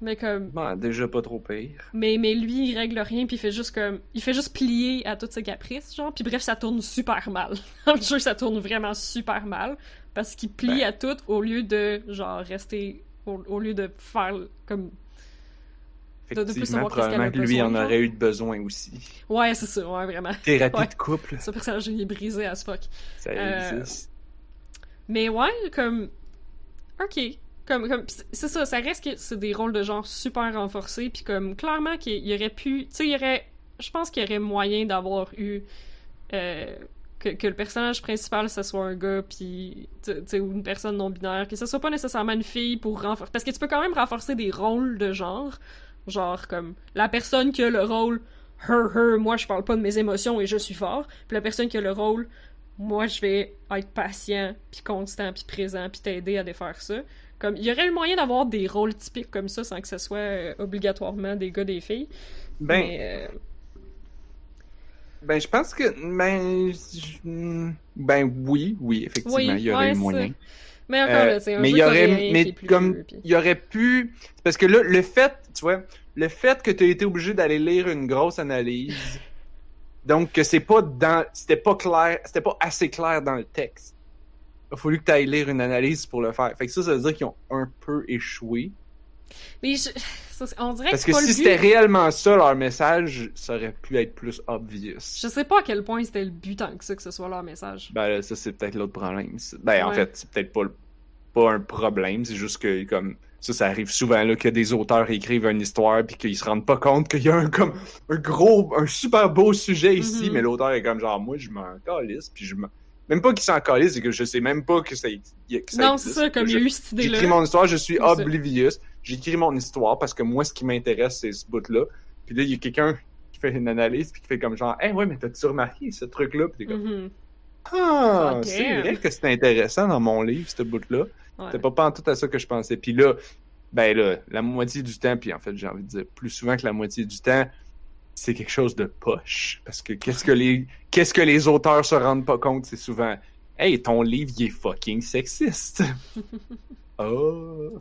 Mais comme... Bon, déjà pas trop pire. Mais, mais lui, il règle rien, puis il fait juste comme... Il fait juste plier à toutes ses caprices, genre. Puis bref, ça tourne super mal. Dans le jeu, ça tourne vraiment super mal. Parce qu'il plie Ben. à tout au lieu de, genre, rester... Au, au lieu de faire, comme... De, de plus Effectivement, savoir qu'est-ce qu'elle a probablement que lui besoin, en genre. aurait eu de besoin aussi. Ouais, c'est ça, ouais, vraiment. Thérapie Ouais. de couple, Ce personnage, il est brisé as fuck. ça Euh, existe. Mais ouais, comme... Ok. Comme, comme c'est ça, ça reste que c'est des rôles de genre super renforcés, puis comme, clairement qu'il y aurait pu... Tu sais, il y aurait... Je pense qu'il y aurait moyen d'avoir eu... Euh, que, que le personnage principal, ce soit un gars, puis... Tu sais, ou une personne non-binaire, que ce soit pas nécessairement une fille pour renforcer... Parce que tu peux quand même renforcer des rôles de genre. Genre, comme, la personne qui a le rôle « her, her, moi je parle pas de mes émotions et je suis fort », puis la personne qui a le rôle « moi je vais être patient, puis constant, puis présent, puis t'aider à défaire ça ». Comme, il y aurait eu moyen d'avoir des rôles typiques comme ça sans que ce soit euh, obligatoirement des gars des filles. Ben, Mais, euh, ben, je pense que... Ben, je- ben oui, oui, effectivement, Oui, il y aurait ouais, eu ça. moyen. mais encore Euh, là, c'est un mais jeu il y aurait, coréen qui mais est plus comme vieux, puis- il y aurait pu, c'est parce que là, le fait, tu vois, le fait que tu as été obligé d'aller lire une grosse analyse, donc que c'est pas dans, c'était pas clair, c'était pas assez clair dans le texte. Il a fallu que tu ailles lire une analyse pour le faire. Fait que ça, ça veut dire qu'ils ont un peu échoué. Mais je- ça, c'est- on dirait Parce que que c'est pas si le but. c'était réellement ça leur message, ça aurait pu être plus obvious. Je sais pas à quel point c'était le but tant que ça que ce soit leur message. Ben là, ça c'est peut-être l'autre problème. C'est- Ben en Ouais. fait, c'est peut-être pas, le- pas un problème, c'est juste que comme ça, ça arrive souvent là que des auteurs écrivent une histoire puis qu'ils se rendent pas compte qu'il y a un comme un gros, un super beau sujet ici, Mhm. mais l'auteur est comme genre moi je m'en calisse puis je m'en... Même pas qu'il s'en calisse, c'est que je sais même pas que ça, que ça Non, existe. c'est ça, comme il y a Je- eu cette idée-là. J'écris mon histoire, je suis C'est ça. oblivious. J'écris mon histoire parce que moi, ce qui m'intéresse, c'est ce bout-là. Puis là, il y a quelqu'un qui fait une analyse puis qui fait comme genre, hey, ouais, mais t'as-tu remarqué ce truc-là? Puis t'es comme, Mhm. ah, Ok. c'est vrai que c'est intéressant dans mon livre, ce bout-là. Ouais. C'était pas pas tout à ça que je pensais. Puis là, ben là, la moitié du temps, puis en fait, j'ai envie de dire plus souvent que la moitié du temps, c'est quelque chose de poche. Parce que qu'est-ce que les, qu'est-ce que les auteurs se rendent pas compte, c'est souvent, hey, ton livre, il est fucking sexiste. Oh.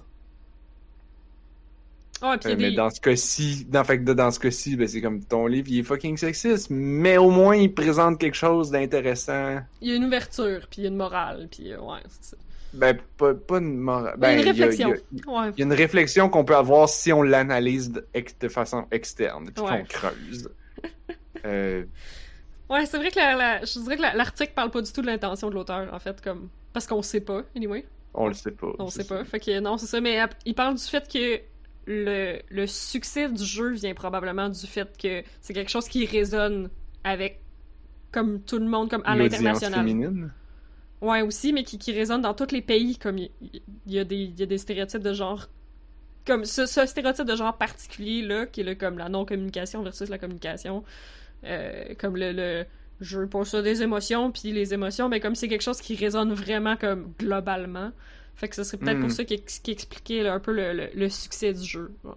Ah, puis il y Euh, a mais des... dans ce cas-ci, dans, fait que dans ce cas-ci, ben, c'est comme ton livre, il est fucking sexiste, mais au moins il présente quelque chose d'intéressant. il y a une ouverture, puis il y a une morale, puis euh, ouais, c'est ça. Ben, pas, pas une morale. Ben, Ben, une il y a- réflexion. il y a- Ouais. Il y a une réflexion qu'on peut avoir si on l'analyse de, ex- de façon externe, puis Ouais. qu'on creuse. Euh, Ouais, c'est vrai que la, la- je dirais que la- l'article parle pas du tout de l'intention de l'auteur, en fait, comme... Parce qu'on sait pas, anyway. on le sait pas. On c'est sait ça. pas. Fait que non, c'est ça. Mais ap- il parle du fait que le, le succès du jeu vient probablement du fait que c'est quelque chose qui résonne avec comme tout le monde, comme à L'audience l'international. féminine. Ouais, aussi, mais qui, qui résonne dans tous les pays, comme il il- il y, a des, il y a des stéréotypes de genre. Comme ce, ce stéréotype de genre particulier-là, qui est le, comme la non-communication versus la communication. Euh, comme le, le jeu pour ça des émotions, puis les émotions, mais comme c'est quelque chose qui résonne vraiment comme globalement. Fait que ce serait peut-être Mm. pour ça qui, ex- qui expliquait là, un peu le, le, le succès du jeu. Ouais.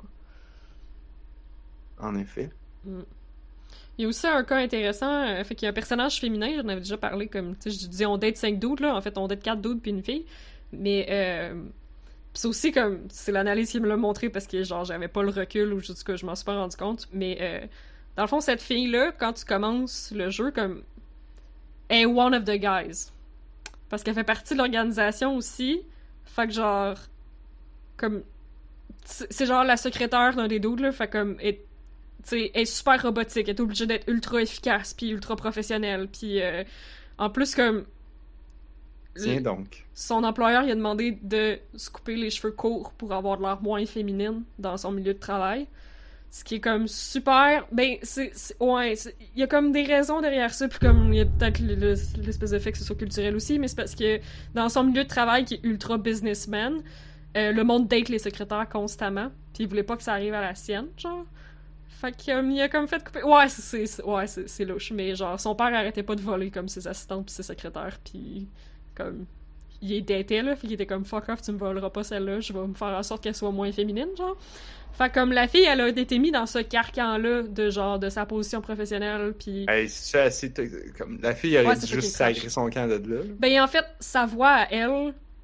En effet. Il y a aussi un cas intéressant, euh, fait qu'il y a un personnage féminin, j'en avais déjà parlé, comme, tu sais, je disais on date cinq dudes, là, en fait on date quatre dudes puis une fille, mais euh, pis c'est aussi comme, c'est l'analyse qui me l'a montré parce que genre j'avais pas le recul ou en tout cas je m'en suis pas rendu compte, mais euh, dans le fond cette fille-là, quand tu commences le jeu, comme, elle est one of the guys, parce qu'elle fait partie de l'organisation aussi, fait que genre, comme, c'est c'est genre la secrétaire d'un des dudes, là, fait comme, elle, t'sais, elle est super robotique, elle est obligée d'être ultra efficace, puis ultra professionnelle, puis euh, en plus, comme... Tiens l- donc. Son employeur, il a demandé de se couper les cheveux courts pour avoir de l'air moins féminine dans son milieu de travail. Ce qui est comme super... Ben, c'est... c'est- Ouais, c'est- il y a comme des raisons derrière ça, puis comme il y a peut-être le- le- l'espèce d'effet que ce soit culturel aussi, mais c'est parce que dans son milieu de travail qui est ultra businessman, euh, le monde date les secrétaires constamment, puis il voulait pas que ça arrive à la sienne, genre. Fait qu'il il a comme fait couper... Ouais, c'est, c'est, ouais, c'est, c'est louche, mais genre, son père arrêtait pas de voler comme ses assistantes pis ses secrétaires, pis comme... Il est daté, là, fait qu'il était comme « fuck off, tu me voleras pas celle-là, je vais me faire en sorte qu'elle soit moins féminine, genre. » Fait comme la fille, elle a été mise dans ce carcan-là de genre, de sa position professionnelle, pis... Hey, c'est assez. t- Comme, la fille aurait Ouais, dû c'est juste fucking trash. sacrer son camp de là. là. Ben, en fait, sa voix à elle,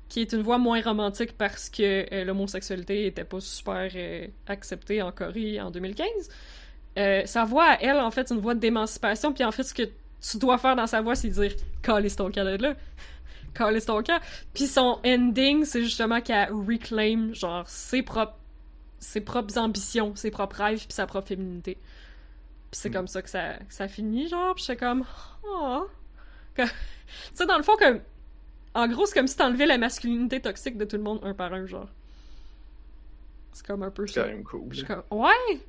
qui est une voix moins romantique parce que euh, l'homosexualité était pas super euh, acceptée en Corée en deux mille quinze. Euh, sa voix à elle, en fait, c'est une voix d'émancipation, puis en fait, ce que tu dois faire dans sa voix, c'est dire « Calisse ton camp de là! » Calisse ton camp! Puis son ending, c'est justement qu'elle reclaim, genre, ses propres ses propres ambitions, ses propres rêves, puis sa propre féminité. Puis c'est mm. comme ça que ça, que ça finit, genre, puis j'étais comme « Oh! » Tu sais, dans le fond, comme... En gros, c'est comme si t'enlevais la masculinité toxique de tout le monde un par un, genre. C'est comme un peu ça. C'est quand même cool. Je suis comme, ouais!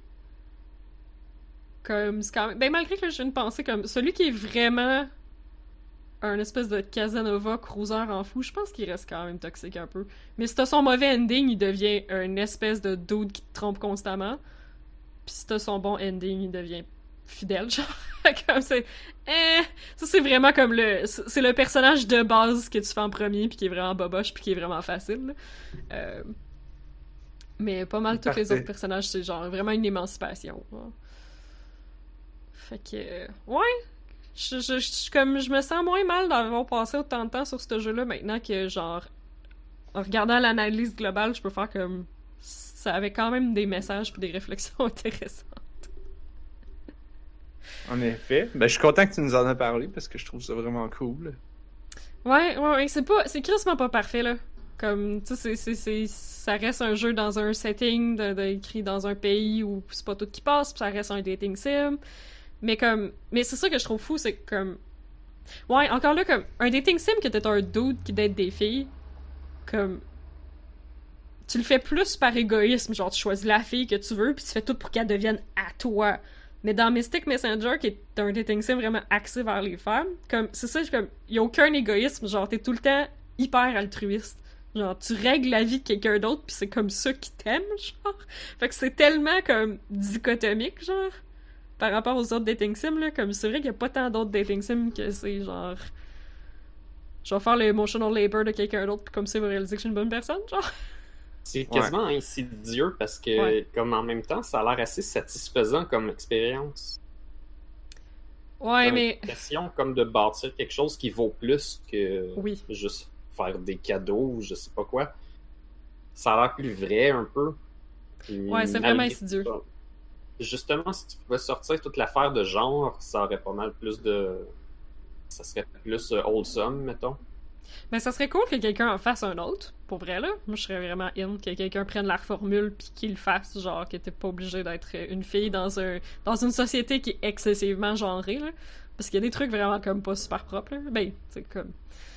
Comme, c'est quand même... Ben, malgré que j'ai une pensée comme... Celui qui est vraiment un espèce de Casanova cruiser en fou, je pense qu'il reste quand même toxique un peu. Mais si t'as son mauvais ending, il devient un espèce de dude qui te trompe constamment. Puis si t'as son bon ending, il devient fidèle, genre. Comme c'est... Eh, ça, c'est vraiment comme le... C'est le personnage de base que tu fais en premier, puis qui est vraiment boboche, puis qui est vraiment facile. Euh... Mais pas mal tous Parfait. Les autres personnages, c'est genre vraiment une émancipation. Hein. Fait que... Euh, ouais! Je, je, je, comme, je me sens moins mal d'avoir passé autant de temps sur ce jeu-là maintenant que, genre, en regardant l'analyse globale, je peux faire comme... Ça avait quand même des messages puis des réflexions intéressantes. En effet. Ben, je suis content que tu nous en as parlé parce que je trouve ça vraiment cool. Ouais, ouais, ouais. C'est pas... C'est crissement pas parfait, là. Comme, tu sais, c'est, c'est, c'est, ça reste un jeu dans un setting de, de, écrit dans un pays où c'est pas tout qui passe, pis ça reste un dating sim. Mais comme... Mais c'est ça que je trouve fou, c'est comme... Ouais, encore là, comme... Un dating sim que t'es un dude qui date des filles, comme... Tu le fais plus par égoïsme, genre tu choisis la fille que tu veux, puis tu fais tout pour qu'elle devienne à toi. Mais dans Mystic Messenger, qui est un dating sim vraiment axé vers les femmes, comme... C'est ça, comme... Y a aucun égoïsme, genre t'es tout le temps hyper altruiste. Genre, tu règles la vie de quelqu'un d'autre, pis c'est comme ça qui t'aime, genre. Fait que c'est tellement, comme, dichotomique, genre, par rapport aux autres dating sims, là. Comme, c'est vrai qu'il y a pas tant d'autres dating sims que c'est, genre... Je vais faire le emotional labor de quelqu'un d'autre, pis comme ça, il va réaliser que je suis une bonne personne, genre. C'est quasiment ouais. insidieux, parce que, ouais. comme en même temps, ça a l'air assez satisfaisant comme expérience. Ouais, T'as mais... l'impression, comme, de bâtir quelque chose qui vaut plus que... Oui. Juste... faire des cadeaux ou je sais pas quoi. Ça a l'air plus vrai un peu. Ouais, c'est vraiment insidieux. Ça. Justement, si tu pouvais sortir toute l'affaire de genre, ça aurait pas mal plus de... Ça serait plus euh, wholesome, mettons. Mais ça serait cool que quelqu'un en fasse un autre, pour vrai, là. Moi, je serais vraiment in que quelqu'un prenne la formule pis qu'il le fasse, genre, que t'es pas obligé d'être une fille dans un dans une société qui est excessivement genrée, là. Parce qu'il y a des trucs vraiment comme pas super propres, là. Ben, c'est comme...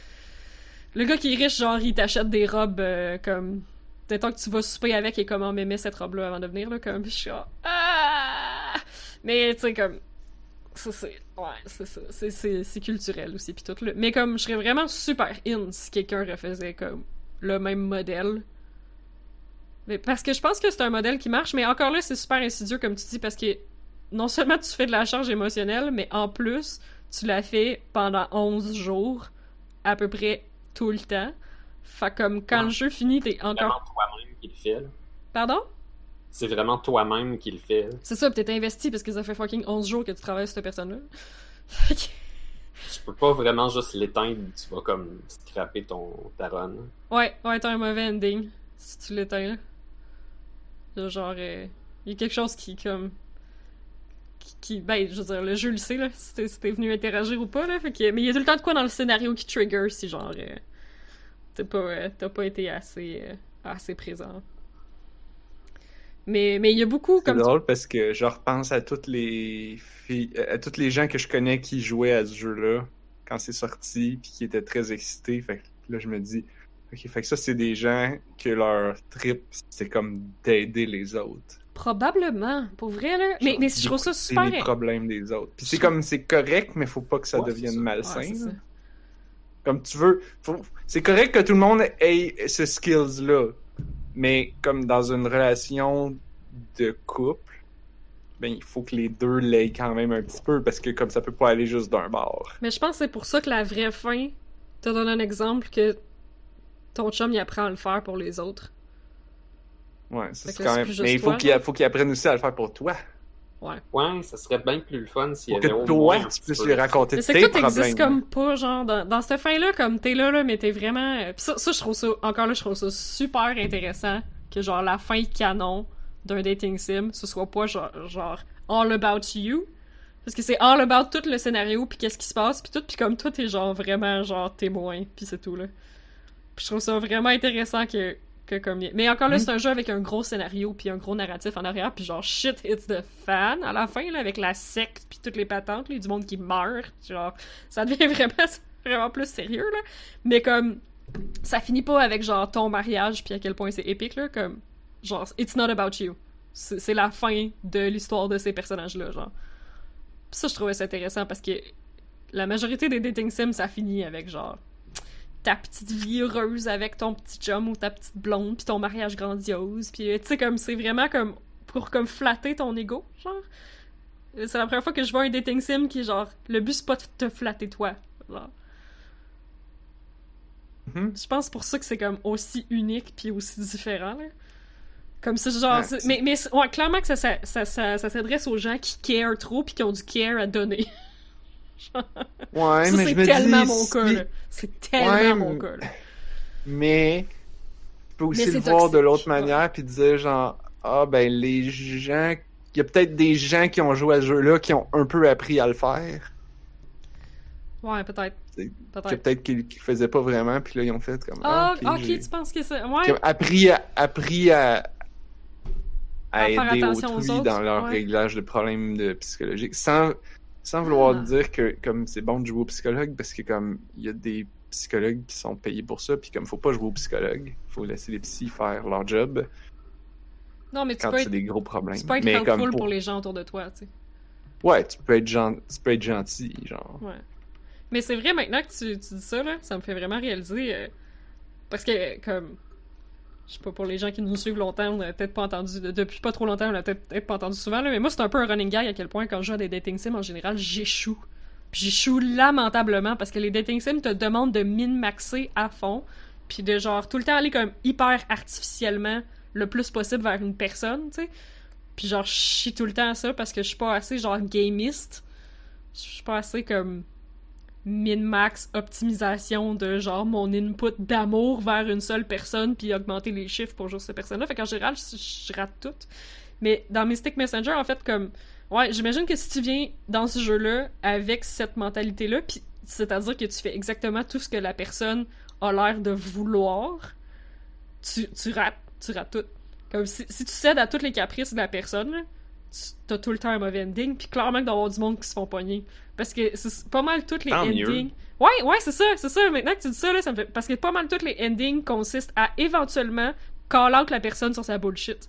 Le gars qui est riche, genre, il t'achète des robes euh, comme... Peut-être que tu vas souper avec et comment m'aimer cette robe-là avant de venir, là, comme... Je suis genre... Ah! Mais, tu sais, comme... Ça, c'est... Ouais, c'est ça. C'est, c'est, c'est culturel aussi, pis tout, là. Mais comme, je serais vraiment super in si quelqu'un refaisait, comme, le même modèle. Mais parce que je pense que c'est un modèle qui marche, mais encore là, c'est super insidieux, comme tu dis, parce que non seulement tu fais de la charge émotionnelle, mais en plus, tu la fais pendant onze jours, à peu près tout le temps. Fait comme quand ouais. le jeu finit, t'es encore... C'est vraiment toi-même qui le fait, là. Pardon? C'est vraiment toi-même qui le fait. Là. C'est ça, pis t'es investi parce que ça fait fucking onze jours que tu travailles sur cette personne-là. Tu peux pas vraiment juste l'éteindre, tu vas comme scraper ton ta run. Ouais, ouais, t'as un mauvais ending si tu l'éteins, là. Là, genre, il euh, y a quelque chose qui, comme... Qui, qui, ben, je veux dire, le jeu le sait, là, si t'es, si t'es venu interagir ou pas, là, fait que... Mais il y a tout le temps de quoi dans le scénario qui trigger si, genre, euh, t'as pas, euh, t'as pas été assez, euh, assez présent. Mais mais il y a beaucoup c'est comme drôle tu... parce que je repense à toutes les filles, à toutes les gens que je connais qui jouaient à ce jeu-là quand c'est sorti puis qui étaient très excités. Fait que là je me dis ok, fait que ça c'est des gens que leur trip c'est comme d'aider les autres. Probablement, pour vrai là. Mais mais je trouve ça super. C'est les problèmes des autres. Puis c'est comme c'est correct mais faut pas que ça ouais, devienne malsain. Ouais, comme tu veux, faut... c'est correct que tout le monde ait ce skills là. Mais comme dans une relation de couple, ben il faut que les deux l'aient quand même un petit peu, parce que comme ça peut pas aller juste d'un bord. Mais je pense que c'est pour ça que la vraie fin te donne un exemple que ton chum il apprend à le faire pour les autres. Ouais, ça c'est quand même... Mais il faut qu'il, faut qu'il apprenne aussi à le faire pour toi. Ouais. Ouais, ça serait bien plus le fun s'il y Pour avait que au toi, moins un tu petit puisses peu lui de- raconter Mais c'est tes que tout problèmes. existe comme pas, genre, dans, dans cette fin-là, comme t'es là, là, mais t'es vraiment... euh, pis ça, ça, je trouve ça, encore là, je trouve ça super intéressant que, genre, la fin canon d'un dating sim, ce soit pas, genre, genre all about you. Parce que c'est all about tout le scénario, puis qu'est-ce qui se passe, puis tout, puis comme toi, t'es, genre, vraiment, genre, témoin, puis c'est tout, là. Puis je trouve ça vraiment intéressant que... que comme... Mais encore là, Mm. c'est un jeu avec un gros scénario, puis un gros narratif en arrière, puis genre, shit hits the fan à la fin, là, avec la secte, puis toutes les patentes, là, du monde qui meurt, genre, ça devient vraiment, vraiment plus sérieux, là. Mais comme, ça finit pas avec, genre, ton mariage, puis à quel point c'est épique, là, comme, genre, it's not about you. C'est c'est la fin de l'histoire de ces personnages-là, genre. Puis ça, je trouvais ça intéressant, parce que la majorité des dating sims, ça finit avec, genre, ta petite vie heureuse avec ton petit chum ou ta petite blonde, puis ton mariage grandiose, puis tu sais, comme, c'est vraiment comme pour comme flatter ton ego, genre. C'est la première fois que je vois un dating sim qui, genre, le but c'est pas de te flatter toi, genre. Mhm. Je pense pour ça que c'est comme aussi unique puis aussi différent, là. Comme ça, genre, Ouais, c'est- c'est- mais, mais c'est- ouais, clairement que ça, ça, ça, ça, ça s'adresse aux gens qui care trop puis qui ont du care à donner. Ouais, ça, mais c'est je me tellement dis... mon cas, si- là. C'est tellement Ouais, mon mais- cas, là. Mais tu peux aussi Mais le c'est voir de toxique, l'autre ouais. manière puis dire genre ah ben les gens il y a peut-être des gens qui ont joué à ce jeu-là qui ont un peu appris à le faire. Ouais, peut-être. C'est- Que Peut-être. peut-être qu'ils qu'ils faisaient pas vraiment puis là ils ont fait comme Ah, ah, ok, ok, j'ai- tu penses que c'est... qui Ouais, ont appris à appris à, à À faire aider attention aux autrui autres, dans leur ouais. réglage de problèmes de psychologiques sans sans vouloir Ah. dire que comme c'est bon de jouer au psychologue parce que comme il y a des psychologues qui sont payés pour ça puis comme faut pas jouer au psychologue, faut laisser les psys faire leur job non, mais tu quand peux c'est être, des gros problèmes. tu peux être Mais helpful comme pour... pour- les gens autour de toi, tu sais. Ouais, tu peux être gen- tu peux être gentil, genre. Ouais. Mais c'est vrai, maintenant que tu, tu dis ça, là, ça me fait vraiment réaliser... euh, parce que, comme... Je sais pas, pour les gens qui nous suivent longtemps, on a peut-être pas entendu... de- depuis pas trop longtemps, on a peut-être peut-être pas entendu souvent, là, mais moi, c'est un peu un running gag à quel point, quand je joue à des dating sims, en général, j'échoue. Puis j'échoue lamentablement, parce que les dating sims te demandent de min-maxer à fond, puis de, genre, tout le temps aller comme hyper artificiellement le plus possible vers une personne, tu sais. Puis genre, je chie tout le temps à ça, parce que je suis pas assez, genre, gamiste. Je suis pas assez, comme... min-max optimisation de genre mon input d'amour vers une seule personne puis augmenter les chiffres pour juste cette personne-là. Fait qu'en général, je, je rate tout. Mais dans Mystic Messenger, en fait, comme... Ouais, j'imagine que si tu viens dans ce jeu-là avec cette mentalité-là, puis c'est-à-dire que tu fais exactement tout ce que la personne a l'air de vouloir, tu, tu rates, tu rates tout. Comme si, si tu cèdes à tous les caprices de la personne, là, tu t'as tout le temps un mauvais ending, puis clairement qu'il doit y avoir du monde qui se font pogner. Parce que c'est pas mal toutes les Tant mieux. endings... Ouais, ouais, c'est ça, c'est ça. Maintenant que tu dis ça, là, ça me fait... Parce que pas mal toutes les endings consistent à éventuellement call out la personne sur sa bullshit.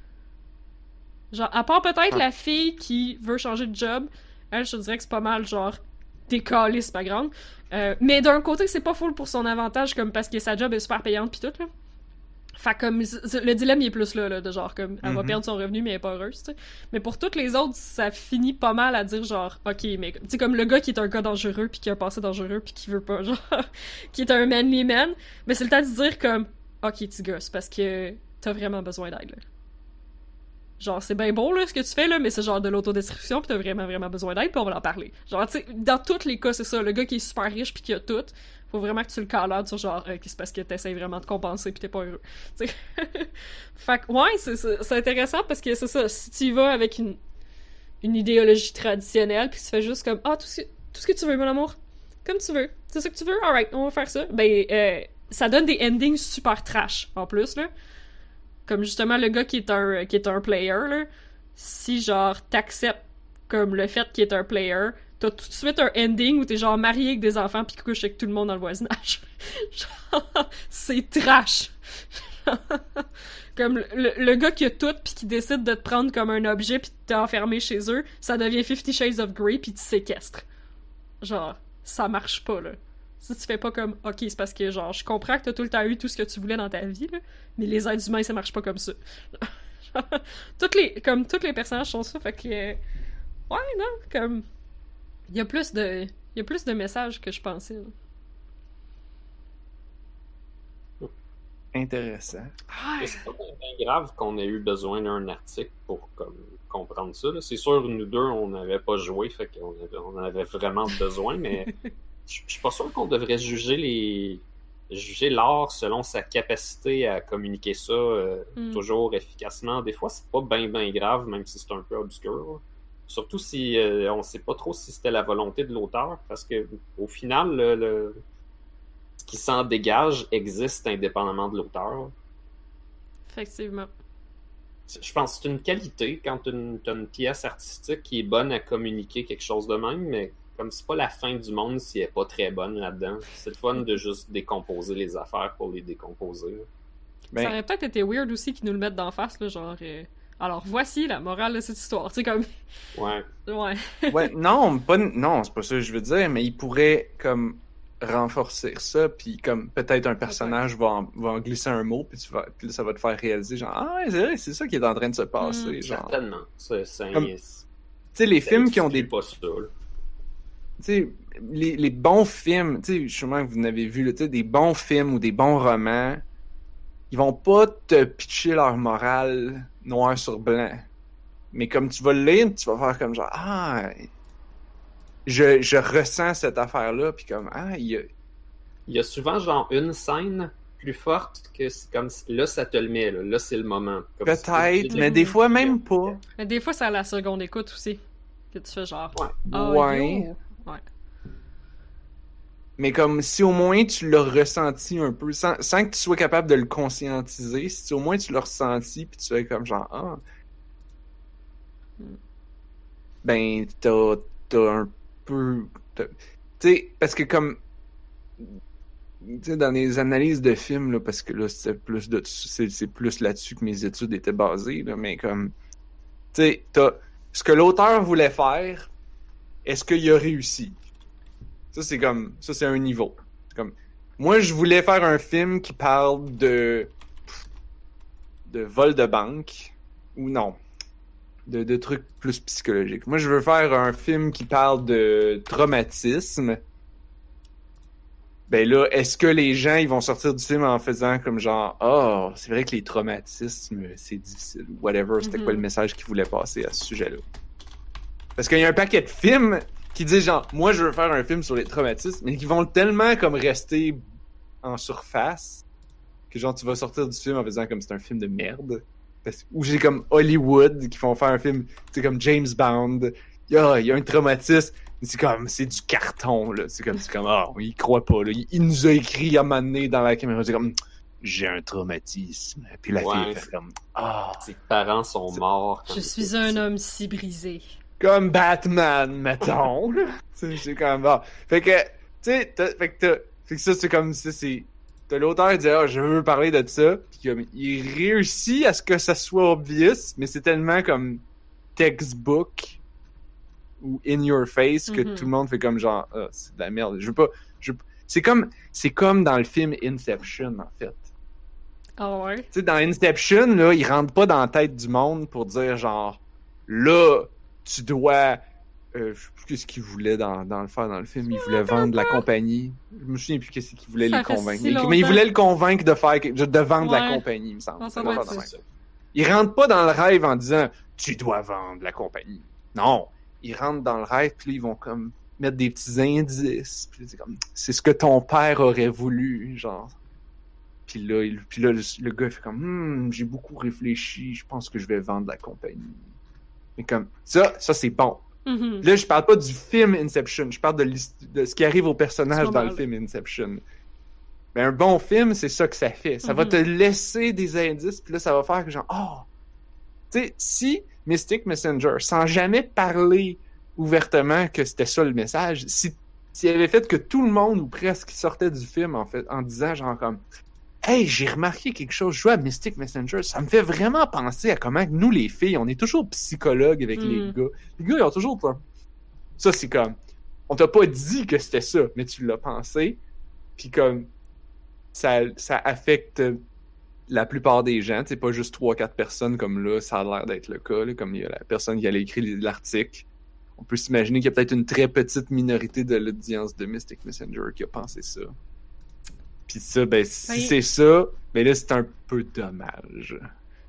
Genre, à part peut-être Ah. la fille qui veut changer de job, elle, je te dirais que c'est pas mal, genre, décalé, c'est pas grande. Euh, mais d'un côté, c'est pas full pour son avantage, comme parce que sa job est super payante pis tout, là. Fait comme, c- c- le dilemme il est plus là, là, de genre, comme, elle va Mhm. perdre son revenu, mais elle est pas heureuse, tu sais. Mais pour toutes les autres, ça finit pas mal à dire, genre, ok, mais, tu sais, comme le gars qui est un gars dangereux, puis qui a un passé dangereux, puis qui veut pas, genre, qui est un manly man, mais c'est le temps de se dire, comme, ok, tu gosses, parce que t'as vraiment besoin d'aide, là. Genre, c'est bien beau, là, ce que tu fais, là, mais c'est genre de l'autodestruction, pis t'as vraiment, vraiment besoin d'aide, pis on va en parler. Genre, tu sais, dans tous les cas, c'est ça, le gars qui est super riche pis qui a tout, faut vraiment que tu le call out sur genre, euh, c'est parce que t'essayes vraiment de compenser pis t'es pas heureux. Tu sais. Fait que, ouais, c'est, c'est, c'est intéressant parce que c'est ça, si tu y vas avec une, une idéologie traditionnelle pis tu fais juste comme, ah, tout ce, que, tout ce que tu veux, mon amour, comme tu veux, c'est ça que tu veux, alright, on va faire ça, ben, euh, ça donne des endings super trash, en plus, là. Comme justement le gars qui est un qui est un player, là, si genre t'acceptes comme le fait qu'il est un player, t'as tout de suite un ending où t'es genre marié avec des enfants pis qui couche avec tout le monde dans le voisinage. Genre, c'est trash. Comme le, le, le gars qui a tout pis qui décide de te prendre comme un objet pis de t'enfermer chez eux, ça devient Fifty Shades of Grey pis tu séquestres. Genre, ça marche pas, là. Si tu fais pas comme, ok, c'est parce que, genre, je comprends que t'as tout le temps eu tout ce que tu voulais dans ta vie, là, mais les êtres humains, ça marche pas comme ça. Genre, toutes les, comme, tous les personnages sont ça, fait que, euh, ouais, non, comme, il y a plus de, il y a plus de messages que je pensais, là. Intéressant. Ouais. C'est pas bien grave qu'on ait eu besoin d'un article pour comme comprendre ça. Là. C'est sûr, nous deux, on n'avait pas joué, fait qu'on avait, on en avait vraiment besoin, mais je je suis pas sûr qu'on devrait juger les juger l'art selon sa capacité à communiquer ça euh, Mm. toujours efficacement. Des fois, c'est pas bien ben grave, même si c'est un peu obscur. Là. Surtout si euh, on sait pas trop si c'était la volonté de l'auteur, parce que au final, le, le- ce qui s'en dégage existe indépendamment de l'auteur. Effectivement. Je pense que c'est une qualité quand tu as une pièce artistique qui est bonne à communiquer quelque chose de même, mais comme c'est pas la fin du monde si elle est pas très bonne là-dedans, c'est le fun de juste décomposer les affaires pour les décomposer. là. Ben, Ça aurait peut-être été weird aussi qu'ils nous le mettent d'en face, là, genre... euh, Alors, voici la morale de cette histoire. Tu sais, comme... Ouais. Ouais. ouais, non, pas, non, c'est pas ça que je veux dire, mais il pourrait comme renforcer ça, puis comme peut-être un personnage va en, va en glisser un mot, puis, tu vas, puis là, ça va te faire réaliser, genre, ah ouais, c'est vrai, c'est ça qui est en train de se passer, Mm. genre. Certainement. C'est, c'est, Comme- c'est- Tu sais, les ça films qui ont exclut des... pas ça, là. Tu sais, les, les bons films, tu sais, sûrement que vous en avez vu, là, tu sais, des bons films ou des bons romans, ils vont pas te pitcher leur morale noir sur blanc. Mais comme tu vas le lire, tu vas faire comme genre, ah, je, je ressens cette affaire-là, puis comme, ah, il y a... Il y a souvent genre une scène plus forte que c'est comme là ça te le met là, là c'est le moment. Comme si Peut-être, tu- mais des fois même pas. Mais des fois, c'est à la seconde écoute aussi. Que tu fais genre... Ouais. Ah, Ouais. yo. Ouais. Mais comme si au moins tu l'as ressenti un peu, sans, sans que tu sois capable de le conscientiser, si au moins tu l'as ressenti, puis tu fais comme genre, ah, ben, t'as, t'as un peu... t'as- Tu sais, parce que comme... Tu sais, dans les analyses de films, là, parce que là, c'est plus de c'est, c'est plus là-dessus que mes études étaient basées, là, mais comme... Tu sais, t'as... Ce que l'auteur voulait faire, est-ce qu'il a réussi? Ça, c'est comme... Ça, c'est un niveau. C'est comme... Moi, je voulais faire un film qui parle de... de vol de banque. Ou non. De, de trucs plus psychologiques. Moi, je veux faire un film qui parle de traumatisme. Ben là, est-ce que les gens, ils vont sortir du film en faisant comme genre, oh, c'est vrai que les traumatismes, c'est difficile, ou whatever, c'était Mhm. quoi le message qu'ils voulaient passer à ce sujet-là? Parce qu'il y a un paquet de films qui disent genre, moi, je veux faire un film sur les traumatismes, mais qui vont tellement comme rester en surface que genre, tu vas sortir du film en faisant comme c'est un film de merde. Parce- Ou j'ai comme Hollywood qui font faire un film, tu sais, comme James Bond. Il y a, il y a un traumatisme. C'est comme, c'est du carton, là. C'est comme, c'est comme, ah, il croit pas, là. Il, il nous a écrit à un moment donné dans la caméra, c'est comme, j'ai un traumatisme. Puis la Ouais, fille fait comme, ah. Ses parents sont morts. quand Je il suis était un petit. homme si brisé. Comme Batman, mettons. là. C'est c'est comme, ah. Fait que, tu sais, t'as- fait que t'as, fait que ça, c'est comme, ça, c'est, t'as l'auteur qui dit, ah, je veux parler de ça. Puis comme, il réussit à ce que ça soit obvious, mais c'est tellement comme textbook ou in your face que Mhm. tout le monde fait comme genre, ah, c'est de la merde. Je veux pas, je, c'est comme, c'est comme dans le film Inception, en fait. Ah ouais? Tu sais, dans Inception, là, ils rentrent pas dans la tête du monde pour dire genre, là, tu dois. Euh, je sais plus qu'est-ce qu'ils voulaient dans, dans le faire dans le film. Ils voulaient vendre la compagnie. Je me souviens plus qu'est-ce qu'ils voulaient Ça les fait convaincre. si mais, longtemps. mais ils voulaient le convaincre de faire quelque- de vendre la Ouais. compagnie, il me semble. Ah, ça C'est doit une être affaire de ça. même. Ils rentrent pas dans le rêve en disant tu dois vendre la compagnie. Non, ils rentrent dans le rêve puis là, ils vont comme mettre des petits indices. Puis c'est comme c'est ce que ton père aurait voulu, genre. Puis là, il- puis là le, le gars fait comme hmm, j'ai beaucoup réfléchi, je pense que je vais vendre la compagnie. Mais comme ça, ça c'est bon. Mhm. Là, je parle pas du film Inception, je parle de, l'hist- de ce qui arrive au personnage Ce dans le moment-là. film Inception. Mais un bon film, c'est ça que ça fait. Ça va Mhm. te laisser des indices, puis là, ça va faire que genre, oh! Tu sais, si Mystic Messenger, sans jamais parler ouvertement que c'était ça le message, si s'il avait fait que tout le monde, ou presque, sortait du film en fait, en disant genre comme, hey, j'ai remarqué quelque chose, je joue à Mystic Messenger, ça me fait vraiment penser à comment que nous, les filles, on est toujours psychologues avec les Mm. gars. Les gars, ils ont toujours... pas- Ça, c'est comme... On t'a pas dit que c'était ça, mais tu l'as pensé, puis comme... Ça, ça affecte la plupart des gens, c'est pas juste trois quatre personnes comme là, ça a l'air d'être le cas, là, comme il y a la personne qui allait écrire l'article. On peut s'imaginer qu'il y a peut-être une très petite minorité de l'audience de Mystic Messenger qui a pensé ça. Puis ça, ben, si Oui. c'est ça, ben là, c'est un peu dommage.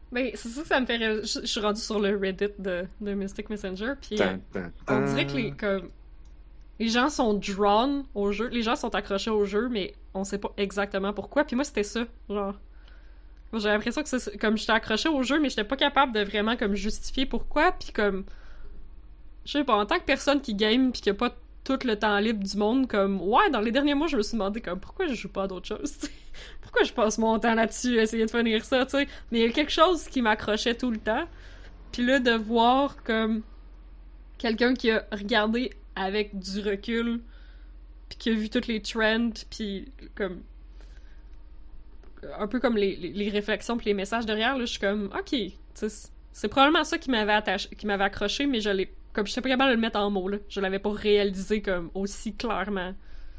Ben, c'est ça que ça me fait ré- Je je suis rendue sur le Reddit de, de Mystic Messenger, puis euh, Tan, tan, on tan. dirait que les, comme, les gens sont drawn au jeu, les gens sont accrochés au jeu, mais on sait pas exactement pourquoi. Puis moi, c'était ça, genre. Moi, j'ai l'impression que c'est comme j'étais accrochée au jeu, mais j'étais pas capable de vraiment comme justifier pourquoi, puis comme je sais pas, en tant que personne qui game puis qui a pas tout le temps libre du monde, comme ouais, dans les derniers mois, je me suis demandé comme pourquoi je joue pas à d'autres choses, t'sais? Pourquoi je passe mon temps là-dessus à essayer de finir ça, tu sais. Mais il y a quelque chose qui m'accrochait tout le temps. Puis là, de voir comme quelqu'un qui a regardé avec du recul, puis qui a vu toutes les trends, puis comme un peu comme les, les, les réflexions puis les messages derrière, là, je suis comme ok, tu sais, c'est probablement ça qui m'avait attaché, qui m'avait accroché, mais je l'ai comme je sais pas capable de le mettre en mots, là. Je l'avais pas réalisé comme aussi clairement.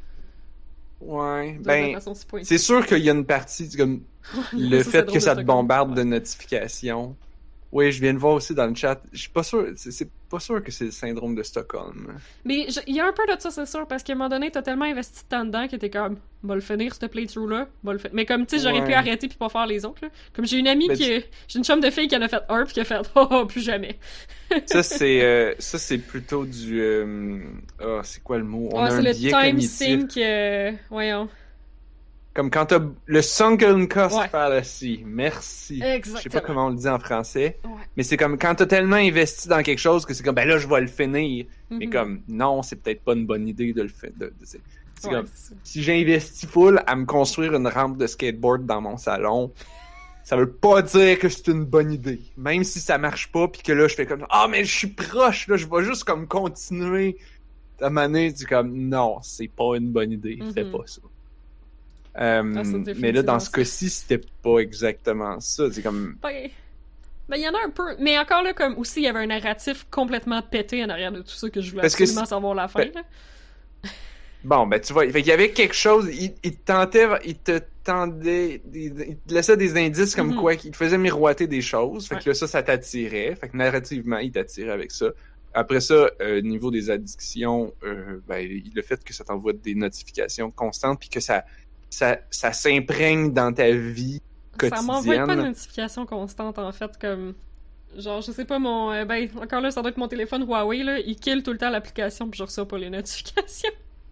Ouais, De ben, façon si pointue. c'est sûr qu'il y a une partie, c'est comme le Ça, c'est fait drôle que de ça ça te comme- bombarde de ouais. notifications. Oui, je viens de voir aussi dans le chat. Je suis pas sûr, c'est c'est pas sûr que c'est le syndrome de Stockholm. Mais je- il y a un peu de ça, c'est sûr, parce qu'à un moment donné, t'as tellement investi de temps dedans que t'es comme, va le finir, ce playthrough-là, va le faire. Mais comme, tu sais, j'aurais Ouais. pu arrêter puis pas faire les autres, là. Comme j'ai une amie Mais qui. tu- est- J'ai une chum de fille qui en a fait un puis qui a fait, oh, oh, plus jamais. Ça, c'est euh, ça c'est plutôt du... euh, Ah, c'est quoi le mot? On Ouais, a c'est un le biais time cognitif. sync, euh, voyons. Comme quand t'as le sunken cost Ouais. fallacy. Merci. Je sais Exactement. pas comment on le dit en français. Ouais. Mais c'est comme quand t'as tellement investi dans quelque chose que c'est comme, ben là, je vais le finir. Mais Mhm. comme, non, c'est peut-être pas une bonne idée de le faire. de- de- c'est c'est Ouais, comme, c'est ça. si j'ai investi full à me construire une rampe de skateboard dans mon salon, ça veut pas dire que c'est une bonne idée. Même si ça marche pas, puis que là, je fais comme, ah, mais je suis proche, là, je vais juste comme continuer. À un moment donné, tu es comme, non, c'est pas une bonne idée, fais Mhm. pas ça. Euh, Ah, c'est mais là, définitivement dans ce ça. cas-ci, c'était pas exactement ça. C'est comme, Ben, ben, il y en a un peu. Mais encore là, comme aussi, il y avait un narratif complètement pété en arrière de tout ça que je voulais Parce que absolument c'est- savoir la fin, ben- là. bon, ben, tu vois, fait qu'il y avait quelque chose, il, il te tentait, il te tendait, il, il te laissait des indices comme Mhm. quoi, qu'il te faisait miroiter des choses. Fait que Ouais. là, ça, ça t'attirait. Fait que narrativement, il t'attirait avec ça. Après ça, euh, niveau des addictions, euh, ben, le fait que ça t'envoie des notifications constantes puis que ça, ça, ça s'imprègne dans ta vie Ça m'envoie pas de quotidienne. notification constante, en fait, comme... Genre, je sais pas, mon... euh, ben, encore là, ça doit être mon téléphone Huawei, là. Il kill tout le temps l'application, puis je reçois pas les notifications.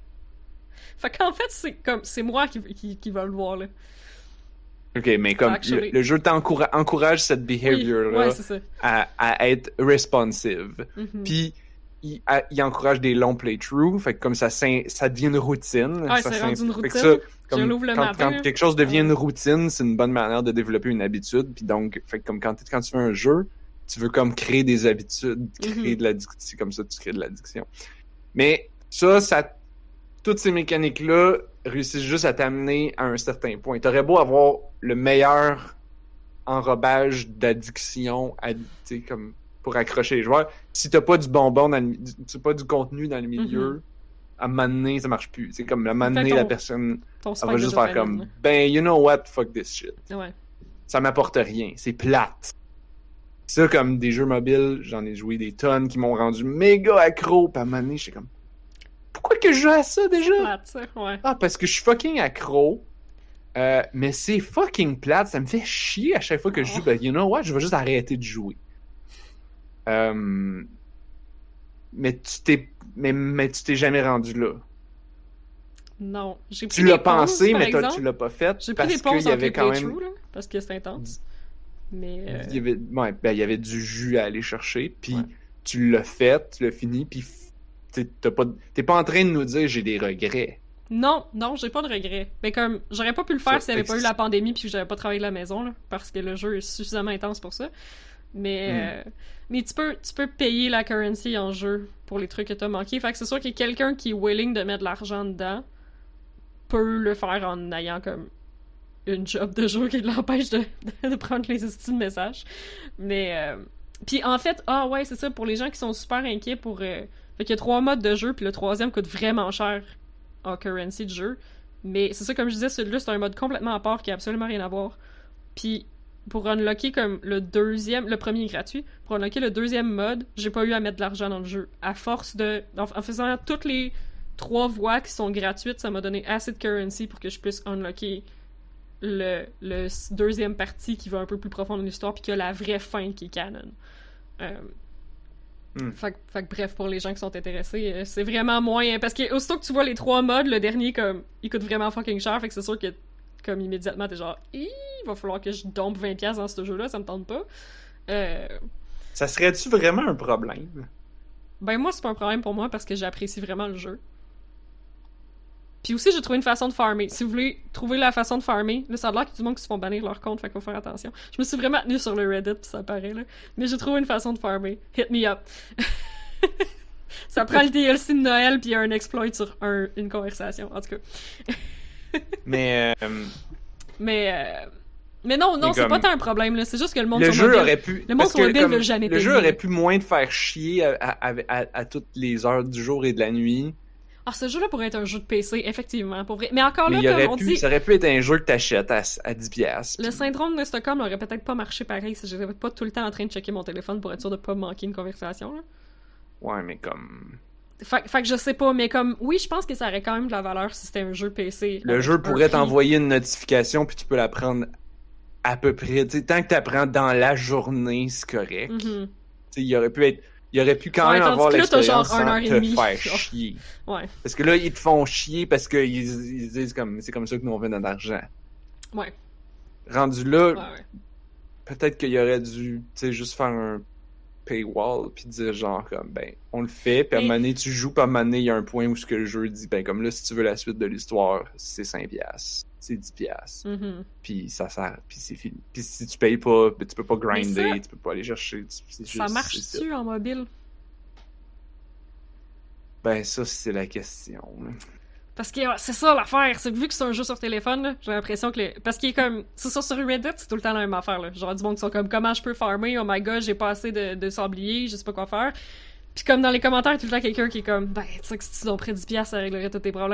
Fait qu'en fait, c'est comme... C'est moi qui, qui, qui va le voir, là. Ok, mais comme Actually. le, le jeu t'encourage encourage cette Oui, behavior-là ouais, c'est ça. à, à être responsive. Mhm. Puis il, à- il encourage des longs playthroughs, fait que comme ça, s'in- ça devient une routine. Ah, ça c'est s'in- rendu une fait que routine. ça, comme Je l'ouvre le quand, matin, quand là. quelque chose devient Ah. une routine, c'est une bonne manière de développer une habitude. Puis donc, fait que comme quand, quand tu fais un jeu, tu veux comme créer des habitudes, créer Mhm. de l'addiction. C'est comme ça que tu crées de l'addiction. Mais ça, ça, toutes ces mécaniques-là réussissent juste à t'amener à un certain point. T'aurais beau avoir le meilleur enrobage d'addiction, à- tu sais, comme pour accrocher les joueurs. Si t'as pas du bonbon, dans le, du- t'as pas du contenu dans le milieu, Mhm. à un moment donné, ça marche plus. C'est comme à un moment Fait donné, ton- la personne, Ton elle spike va de juste faire dopamine, comme, ben, you know what, fuck this shit. là. Ouais. Ça m'apporte rien. C'est plate. Ça, comme des jeux mobiles, j'en ai joué des tonnes qui m'ont rendu méga accro. Puis à un moment donné, j'étais comme, pourquoi que je joue à ça déjà? Plate, ça, ouais. Ah, parce que je suis fucking accro. Euh, mais c'est fucking plate. Ça me fait chier à chaque fois que je joue. Ben, you know what? Je vais juste arrêter de jouer. Euh, mais tu t'es, mais, mais tu t'es jamais rendu là. Non. J'ai pris Tu des l'as pauses, pensé, par mais toi, exemple. tu l'as pas fait. J'ai pris parce des pauses qu'il y entre avait les quand même. playthroughs, là, parce que c'est intense. Mais... euh, Il y avait, ouais, ben, il y avait du jus à aller chercher. Puis Ouais. tu l'as fait, tu l'as fini. Puis t'es t'as pas, t'es pas en train de nous dire j'ai des regrets. Non, non, j'ai pas de regrets. Mais comme, j'aurais pas pu le faire Ça s'il y avait fait pas que eu la pandémie puis que j'avais pas travaillé de la maison, là, parce que le jeu est suffisamment intense pour ça. Mais, Hmm. euh, mais tu peux, tu peux payer la currency en jeu pour les trucs que t'as manqué. Fait que c'est sûr que quelqu'un qui est willing de mettre de l'argent dedans peut le faire en ayant comme une job de jour qui l'empêche de, de prendre les estimes de messages. Mais, euh, puis en fait, ah ouais, c'est ça, pour les gens qui sont super inquiets pour... euh, fait qu'il y a trois modes de jeu, puis le troisième coûte vraiment cher en currency de jeu. Mais c'est ça, comme je disais, celui-là, c'est un mode complètement à part qui a absolument rien à voir. Puis pour unlocker comme le deuxième... Le premier est gratuit. Pour unlocker le deuxième mode, j'ai pas eu à mettre de l'argent dans le jeu. À force de... En, en faisant toutes les trois voies qui sont gratuites, ça m'a donné assez de currency pour que je puisse unlocker le, le deuxième partie qui va un peu plus profond dans l'histoire, puis qu'il y a la vraie fin qui est canon. Euh, mm. fait, fait que bref, pour les gens qui sont intéressés, euh, c'est vraiment moins... Parce que aussitôt que tu vois les trois modes, le dernier, comme, il coûte vraiment fucking cher, fait que c'est sûr que, comme, immédiatement, t'es genre, il va falloir que je dompe vingt dollars dans ce jeu-là, ça me tente pas. Euh... Ça serait-tu vraiment un problème? Ben moi, c'est pas un problème pour moi, parce que j'apprécie vraiment le jeu. Puis aussi, j'ai trouvé une façon de farmer. Si vous voulez trouver la façon de farmer, là, ça a l'air qu'il y a du monde qui se font bannir leur compte, fait qu'il faut faire attention. Je me suis vraiment tenue sur le Reddit, pis ça paraît, là. Mais j'ai trouvé une façon de farmer. Hit me up. Ça prend le D L C de Noël, puis il y a un exploit sur un, une conversation, en tout cas. Mais... Euh... Mais... Euh... Mais non, non, Mais c'est comme... pas tant un problème, là. C'est juste que le monde le sur jeu mobile... aurait pu... Le monde sur mobile veut jamais le payer. jeu aurait pu moins te faire chier à, à, à, à toutes les heures du jour et de la nuit. Ah, ce jeu-là pourrait être un jeu de P C, effectivement, pour vrai. Mais encore Mais là, comme on pu, dit... ça aurait pu être un jeu que t'achètes à, à dix dollars. Le puis... syndrome de Stockholm aurait peut-être pas marché pareil si j'étais pas tout le temps en train de checker mon téléphone pour être sûr de pas manquer une conversation, là. Ouais, mais comme... Fait, fait que je sais pas, mais comme... Oui, je pense que ça aurait quand même de la valeur si c'était un jeu P C. Le jeu pourrait t'envoyer une notification, puis tu peux la prendre à peu près... T'sais, tant que t'apprends dans la journée, c'est correct. Mm-hmm. T'sais, il aurait pu être... Il aurait pu quand ouais, même avoir l'expérience sans te demie. faire chier. Ouais. Parce que là, ils te font chier parce que ils, ils disent comme c'est comme ça que nous on fait notre argent. Ouais. Rendu là, ouais, ouais. peut-être qu'il aurait dû, tu sais, juste faire un paywall puis dire genre comme ben on le fait, puis à un moment donné tu joues, puis à un moment donné il y a un point où ce que le jeu dit ben comme là si tu veux la suite de l'histoire c'est cinq piastres, c'est dix piastres. Mm-hmm. Puis ça sert, puis c'est fini. Puis si tu payes pas, ben, tu peux pas grinder, ça, tu peux pas aller chercher. C'est ça juste, marche-tu en mobile? Ben ça c'est la question. Là. Parce que ouais, c'est ça l'affaire, c'est que vu que c'est un jeu sur téléphone, là, j'ai l'impression que les... Parce qu'il est comme... C'est ça, sur Reddit, c'est tout le temps la même affaire, là. Genre du monde qui sont comme « Comment je peux farmer? Oh my god, j'ai pas assez de, de sablier, je sais pas quoi faire. » Puis comme dans les commentaires, tout le temps quelqu'un qui est comme « Ben, tu sais que si tu donnes près dix piastres, ça réglerait tous tes problèmes. »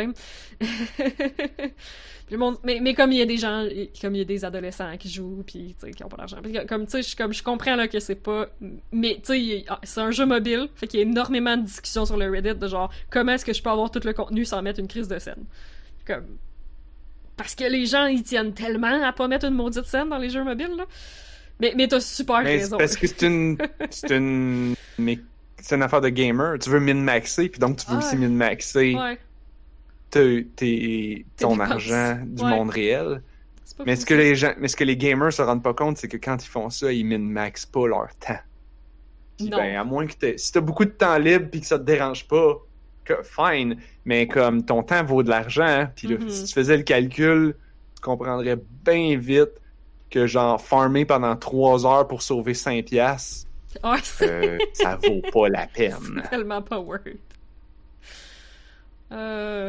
Le monde... mais, mais comme il y a des gens, comme il y a des adolescents qui jouent, puis tu sais, qui ont pas d'argent. Comme tu sais, comme je comprends là que c'est pas... Mais tu sais, c'est un jeu mobile, fait qu'il y a énormément de discussions sur le Reddit de genre comment est-ce que je peux avoir tout le contenu sans mettre une crise de scène. Comme... Parce que les gens, ils tiennent tellement à pas mettre une maudite scène dans les jeux mobiles, là. Mais, mais t'as super mais raison. Parce que c'est une... c'est une... Mais c'est une affaire de gamer. Tu veux min-maxer, puis donc tu veux ah, aussi min-maxer... Ouais. T'es, t'es, ton dépenses. Argent du ouais. monde réel. Mais ce que les gens, mais ce que les gamers se rendent pas compte, c'est que quand ils font ça, ils min-maxent pas leur temps. Puis non. ben, à moins que t'aies, si t'as beaucoup de temps libre puis que ça te dérange pas, que, fine. Mais comme ton temps vaut de l'argent, puis là, mm-hmm. si tu faisais le calcul, tu comprendrais bien vite que genre farmer pendant trois heures pour sauver cinq piastres, ouais, euh, ça vaut pas la peine. C'est tellement pas worth. Euh...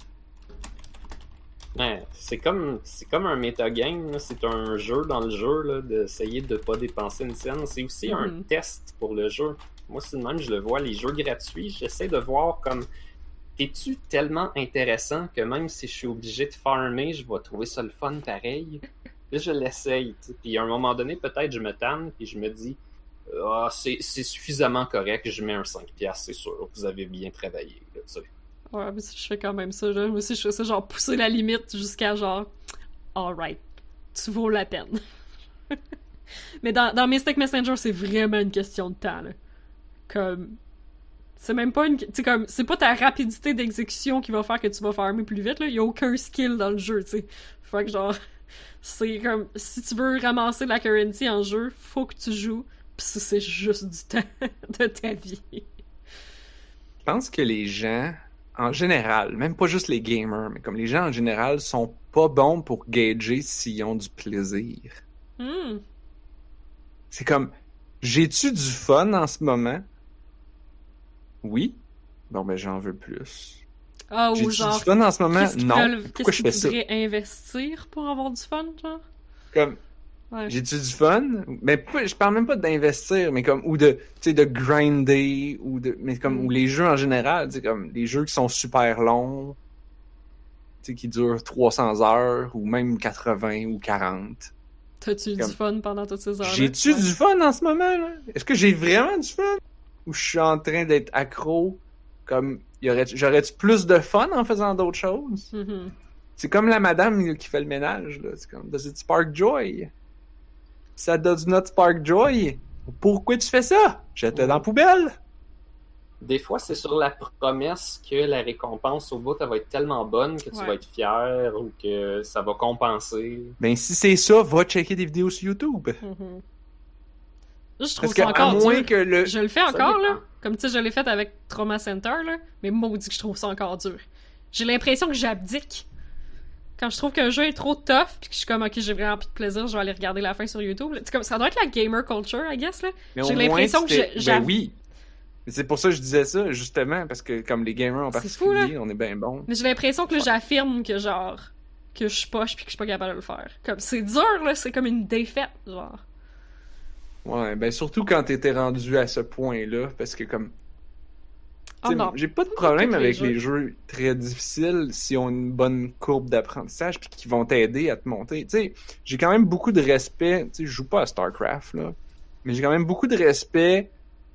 Ouais, c'est comme c'est comme un metagame, là. C'est un jeu dans le jeu là, d'essayer de pas dépenser une scène. C'est aussi mm-hmm. un test pour le jeu. Moi, c'est de même, je le vois, les jeux gratuits, j'essaie de voir comme es-tu tellement intéressant que même si je suis obligé de farmer, je vais trouver ça le fun pareil. Là, je l'essaye. T'sais. Puis à un moment donné, peut-être je me tanne puis je me dis ah, c'est, c'est suffisamment correct, je mets un cinq piastres, c'est sûr, vous avez bien travaillé. Là, t'sais. Ouais, mais je fais quand même ça, là. Moi aussi, je fais ça, genre, pousser la limite jusqu'à genre, alright, tu vaux la peine. Mais dans, dans Mystic Messenger, c'est vraiment une question de temps, là. Comme, c'est même pas une, tu sais, comme, c'est pas ta rapidité d'exécution qui va faire que tu vas farmer plus vite, là. Y a aucun skill dans le jeu, tu sais. Fait que genre, c'est comme, si tu veux ramasser la currency en jeu, faut que tu joues, pis ça, c'est juste du temps de ta vie. Je pense que les gens... En général, même pas juste les gamers, mais comme les gens en général sont pas bons pour gager s'ils ont du plaisir. Mm. C'est comme, j'ai-tu du fun en ce moment? Oui. Bon, ben j'en veux plus. Ah, ou j'ai-tu genre, du fun en ce moment? Non. Veulent, Pourquoi je fais ça? Qu'est-ce que tu voudrais investir pour avoir du fun, genre? Comme, ouais. J'ai-tu du fun? Mais pas, je parle même pas d'investir, mais comme, ou de, tu sais, de grinder, ou de, mais comme, mm. ou les jeux en général, tu sais, comme, les jeux qui sont super longs, tu sais, qui durent trois cents heures, ou même quatre-vingts ou quarante. T'as-tu eu comme, du fun pendant toutes ces heures-là? J'ai-tu ouais. du fun en ce moment, là? Est-ce que j'ai vraiment du fun? Ou je suis en train d'être accro, comme, y aurait, j'aurais-tu plus de fun en faisant d'autres choses? Mm-hmm. C'est comme la madame qui fait le ménage, là. C'est comme, does it spark joy? Ça does not spark joy. Pourquoi tu fais ça? Jette-le Ouais. dans la poubelle. Des fois, c'est sur la promesse que la récompense au bout, elle va être tellement bonne que tu Ouais. vas être fier ou que ça va compenser. Ben, si c'est ça, va checker des vidéos sur YouTube. Mhm. Je trouve Parce que, ça à encore moins dur. que le. Je le fais Ça encore, dépend. là. Comme, tu sais, je l'ai fait avec Trauma Center, là. Mais maudit que je trouve ça encore dur. J'ai l'impression que j'abdique. Quand je trouve qu'un jeu est trop tough, puis que je suis comme, ok, j'ai vraiment plus de plaisir, je vais aller regarder la fin sur YouTube. là. C'est comme, ça doit être la gamer culture, I guess, là. Mais au J'ai moins, l'impression que c'était- j'ai- Ben j'av- oui. Mais c'est pour ça que je disais ça, justement, parce que comme les gamers en C'est fou, particulier, on est bien bons. Mais j'ai l'impression que là, j'affirme que, genre, que je suis poche puis que je suis pas capable de le faire. Comme, c'est dur, là, c'est comme une défaite, genre. Ouais, ben surtout quand t'étais rendu à ce point-là, parce que comme... Oh T'sais, non. j'ai pas de problème Tous les avec jeux. les jeux très difficiles si on a une bonne courbe d'apprentissage puis qui vont t'aider à te monter. Tu sais, j'ai quand même beaucoup de respect. Tu sais, je joue pas à StarCraft là, mais j'ai quand même beaucoup de respect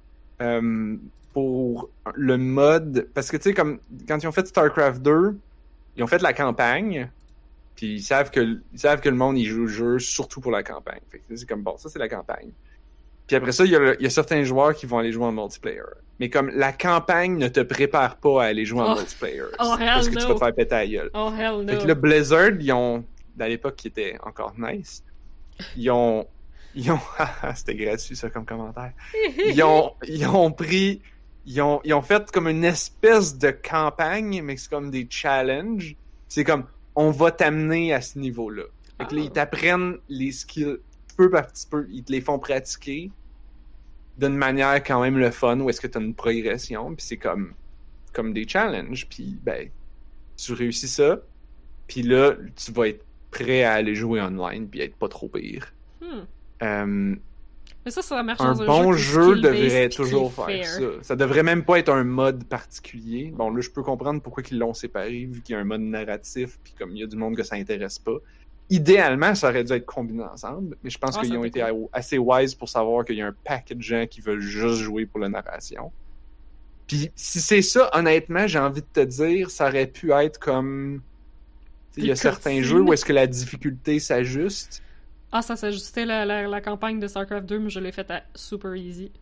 euh, pour le mode parce que tu sais comme quand ils ont fait StarCraft deux, ils ont fait la campagne. Puis ils savent que ils savent que le monde il joue le jeu surtout pour la campagne. Fait que c'est comme bon, ça c'est la campagne. Puis après ça, il y, a le- il y a certains joueurs qui vont aller jouer en multiplayer. Mais comme la campagne ne te prépare pas à aller jouer en Oh. multiplayer. Oh, hell parce que tu no. vas te faire péter la gueule. Oh hell Fait no. que là, Blizzard, ils ont, à l'époque qui était encore nice, ils ont, ils ont, c'était gratuit ça comme commentaire. Ils ont, ils ont pris, ils ont, ils ont fait comme une espèce de campagne, mais c'est comme des challenges. C'est comme, on va t'amener à ce niveau-là. Fait que là, Ah. ils t'apprennent les skills peu par petit peu, ils te les font pratiquer d'une manière quand même le fun, où est-ce que tu as une progression, puis c'est comme, comme des challenges, puis ben, tu réussis ça, puis là, tu vas être prêt à aller jouer online, puis être pas trop pire. Hmm. Euh, Mais ça, ça marche un dans un bon jeu, qui est jeu skill-based devrait puis toujours qui est faire fair. ça. Ça devrait même pas être un mode particulier. Bon, là, je peux comprendre pourquoi ils l'ont séparé, vu qu'il y a un mode narratif, puis comme il y a du monde que ça intéresse pas. Idéalement, ça aurait dû être combiné ensemble, mais je pense Ah, qu'ils ça ont aurait été été assez wise pour savoir qu'il y a un paquet de gens qui veulent juste jouer pour la narration. Puis si c'est ça, honnêtement, j'ai envie de te dire, ça aurait pu être comme... tu sais, il y a Des certains cutscenes. jeux où est-ce que la difficulté s'ajuste. Ah, ça s'ajustait la, la, la campagne de StarCraft deux, mais je l'ai faite à super easy.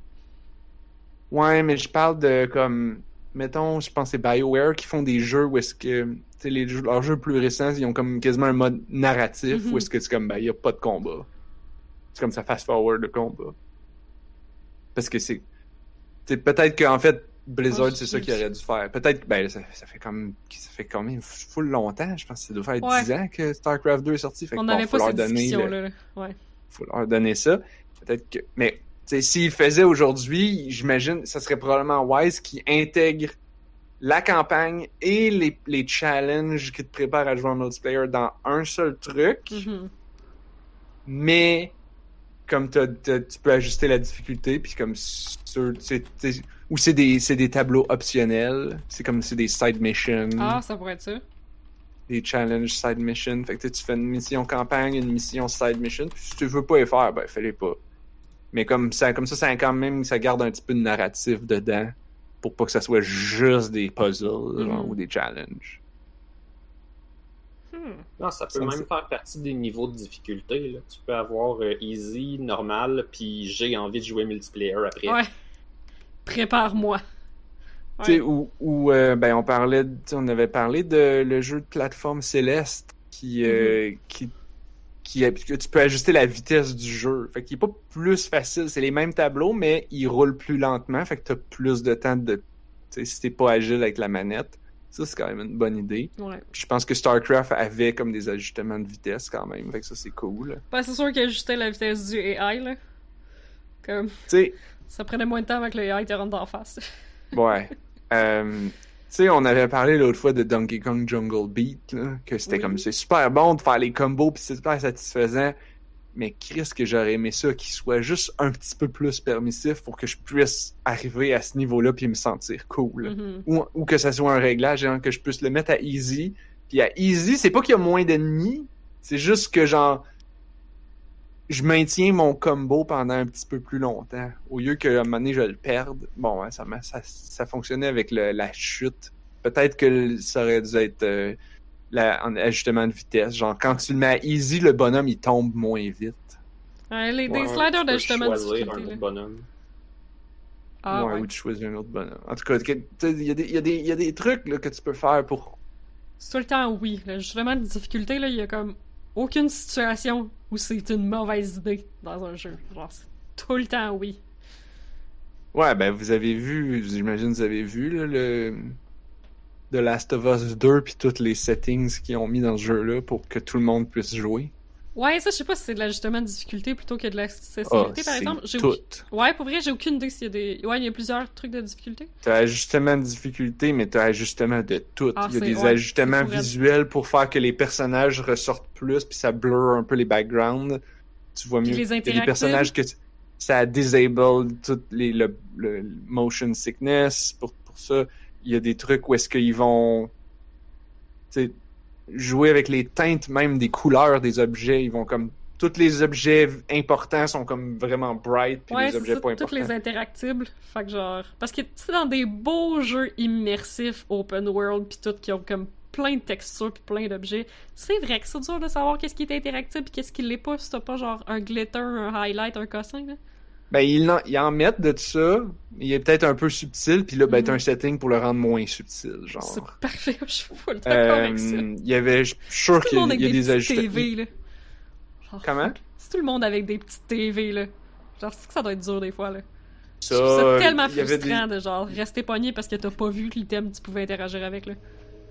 Ouais, mais je parle de comme... Mettons, je pense que c'est BioWare qui font des jeux où est-ce que... Tu sais, les jeux, leurs jeux plus récents, ils ont comme quasiment un mode narratif Mhm. où est-ce que c'est comme, ben, il n'y a pas de combat. C'est comme ça fast-forward le combat. Parce que c'est... Tu sais, peut-être qu'en fait, Blizzard, Oh, c'est ça je- qu'il aurait dû faire. Peut-être que, ben, ça, ça fait comme... Ça fait quand même full longtemps, je pense que ça doit faire Ouais. dix ans que StarCraft deux est sorti. Fait que On bon, n'avait faut pas leur cette donner le- discussion-là. là. Ouais. faut leur donner ça. Peut-être que... Mais, tu sais, s'ils le faisaient aujourd'hui, j'imagine, ça serait probablement wise qu'ils intègrent la campagne et les, les challenges qui te préparent à jouer en multiplayer dans un seul truc, Mhm. mais comme t'as- t'as- tu peux ajuster la difficulté, puis comme sur, c'est, c'est- ou c'est des, c'est des tableaux optionnels, c'est comme c'est des side missions, Ah, ça pourrait être ça. des challenges side missions, fait que tu sais, tu fais une mission campagne, une mission side mission, puis si tu veux pas les faire, ben fais-les pas. Mais comme ça, comme ça, ça quand même, ça garde un petit peu de narratif dedans, pour pas que ça soit juste des puzzles, genre, Mhm. ou des challenges. Hmm. Non, ça peut Ça, même c'est- faire partie des niveaux de difficulté. Là. Tu peux avoir euh, easy, normal, puis j'ai envie de jouer multiplayer après. Ouais. Prépare-moi. Tu sais, Ouais. où, où, euh, ben, on parlait, de- tu sais, on avait parlé de le jeu de plateforme Céleste qui, euh, qui, qui, que tu peux ajuster la vitesse du jeu. Fait qu'il est pas plus facile. C'est les mêmes tableaux, mais ils roulent plus lentement. Fait que t'as plus de temps de, tu sais, si t'es pas agile avec la manette. Ça, c'est quand même une bonne idée. Ouais. Puis je pense que StarCraft avait comme des ajustements de vitesse quand même. Fait que ça, c'est cool. Ben, c'est sûr qu'ajuster la vitesse du A I, là. Comme, Tu sais, ça prenait moins de temps avec le A I te rentre d'en face. ouais. Euh, tu sais, on avait parlé l'autre fois de Donkey Kong Jungle Beat, là, que c'était Oui. comme, c'est super bon de faire les combos pis c'est super satisfaisant, mais Chris, que j'aurais aimé ça qu'il soit juste un petit peu plus permissif pour que je puisse arriver à ce niveau-là puis me sentir cool. Mhm. Ou, ou que ça soit un réglage, genre, que je puisse le mettre à easy. Puis à easy, c'est pas qu'il y a moins d'ennemis, c'est juste que genre, je maintiens mon combo pendant un petit peu plus longtemps. Au lieu qu'à un moment donné, je le perde. Bon, ouais, ça, m'a- ça, ça fonctionnait avec le- la chute. Peut-être que ça aurait dû être euh, la, en ajustement de vitesse. Genre, quand tu le mets à easy, le bonhomme, il tombe moins vite. Ouais, les, Ouais, des sliders tu peux d'ajustement de choisir un difficulté. autre Là. bonhomme. Ah ouais, ouais. ou tu choisis un autre bonhomme. En tout cas, que- tu sais, il y, a des- il y, a des- il y a des trucs là, que tu peux faire pour... C'est tout le temps oui. L'ajustement de difficulté, là, il y a comme aucune situation où c'est une mauvaise idée dans un jeu. Genre, c'est tout le temps oui. Ouais, ben vous avez vu, j'imagine vous avez vu là, le The Last of Us deux puis toutes les settings qu'ils ont mis dans ce jeu-là pour que tout le monde puisse jouer. Ouais, ça, je sais pas si c'est de l'ajustement de difficulté plutôt que de Ah, l'accessibilité, par c'est exemple. J'ai tout. aucune- Ouais, pour vrai, j'ai aucune idée s'il y a des... Ouais, il y a plusieurs trucs de difficulté. T'as ajustement de difficulté, mais t'as ajustement de tout. Ah, Il y a c'est- des ouais, ajustements c'est pour être- visuels pour faire que les personnages ressortent plus puis ça blur un peu les backgrounds. Tu vois Puis mieux. les Il y a des interactives. personnages que tu- ça disable tout les, le, le motion sickness pour, pour ça. Il y a des trucs où est-ce qu'ils vont tu sais, jouer avec les teintes même des couleurs des objets. Ils vont comme tous les objets importants sont comme vraiment bright puis Ouais, les c'est objets ça, pas toutes importants. les interactibles. Fait que genre... Parce que, tu sais, dans des beaux jeux immersifs, open world, pis tout, qui ont comme plein de textures pis plein d'objets, c'est vrai que c'est dur de savoir qu'est-ce qui est interactible pis qu'est-ce qui l'est pas si t'as pas genre un glitter, un highlight, un cossin, là. Ben, ils en, ils en mettent de ça. Il est peut-être un peu subtil, puis là, ben, t'as Mhm. un setting pour le rendre moins subtil, genre. C'est parfait, je suis full d'accord Euh, avec ça. il y avait, je suis sûr Tout le qu'il monde y a avec des, des, petites ajustements. T V, là. Genre, Comment? fuck. C'est tout le monde avec des petites T V, là. Genre, c'est que ça doit être dur des fois, là. Ça, Je trouve ça tellement il y avait frustrant des- de genre rester pogné parce que t'as pas vu que l'item tu pouvais interagir avec, là.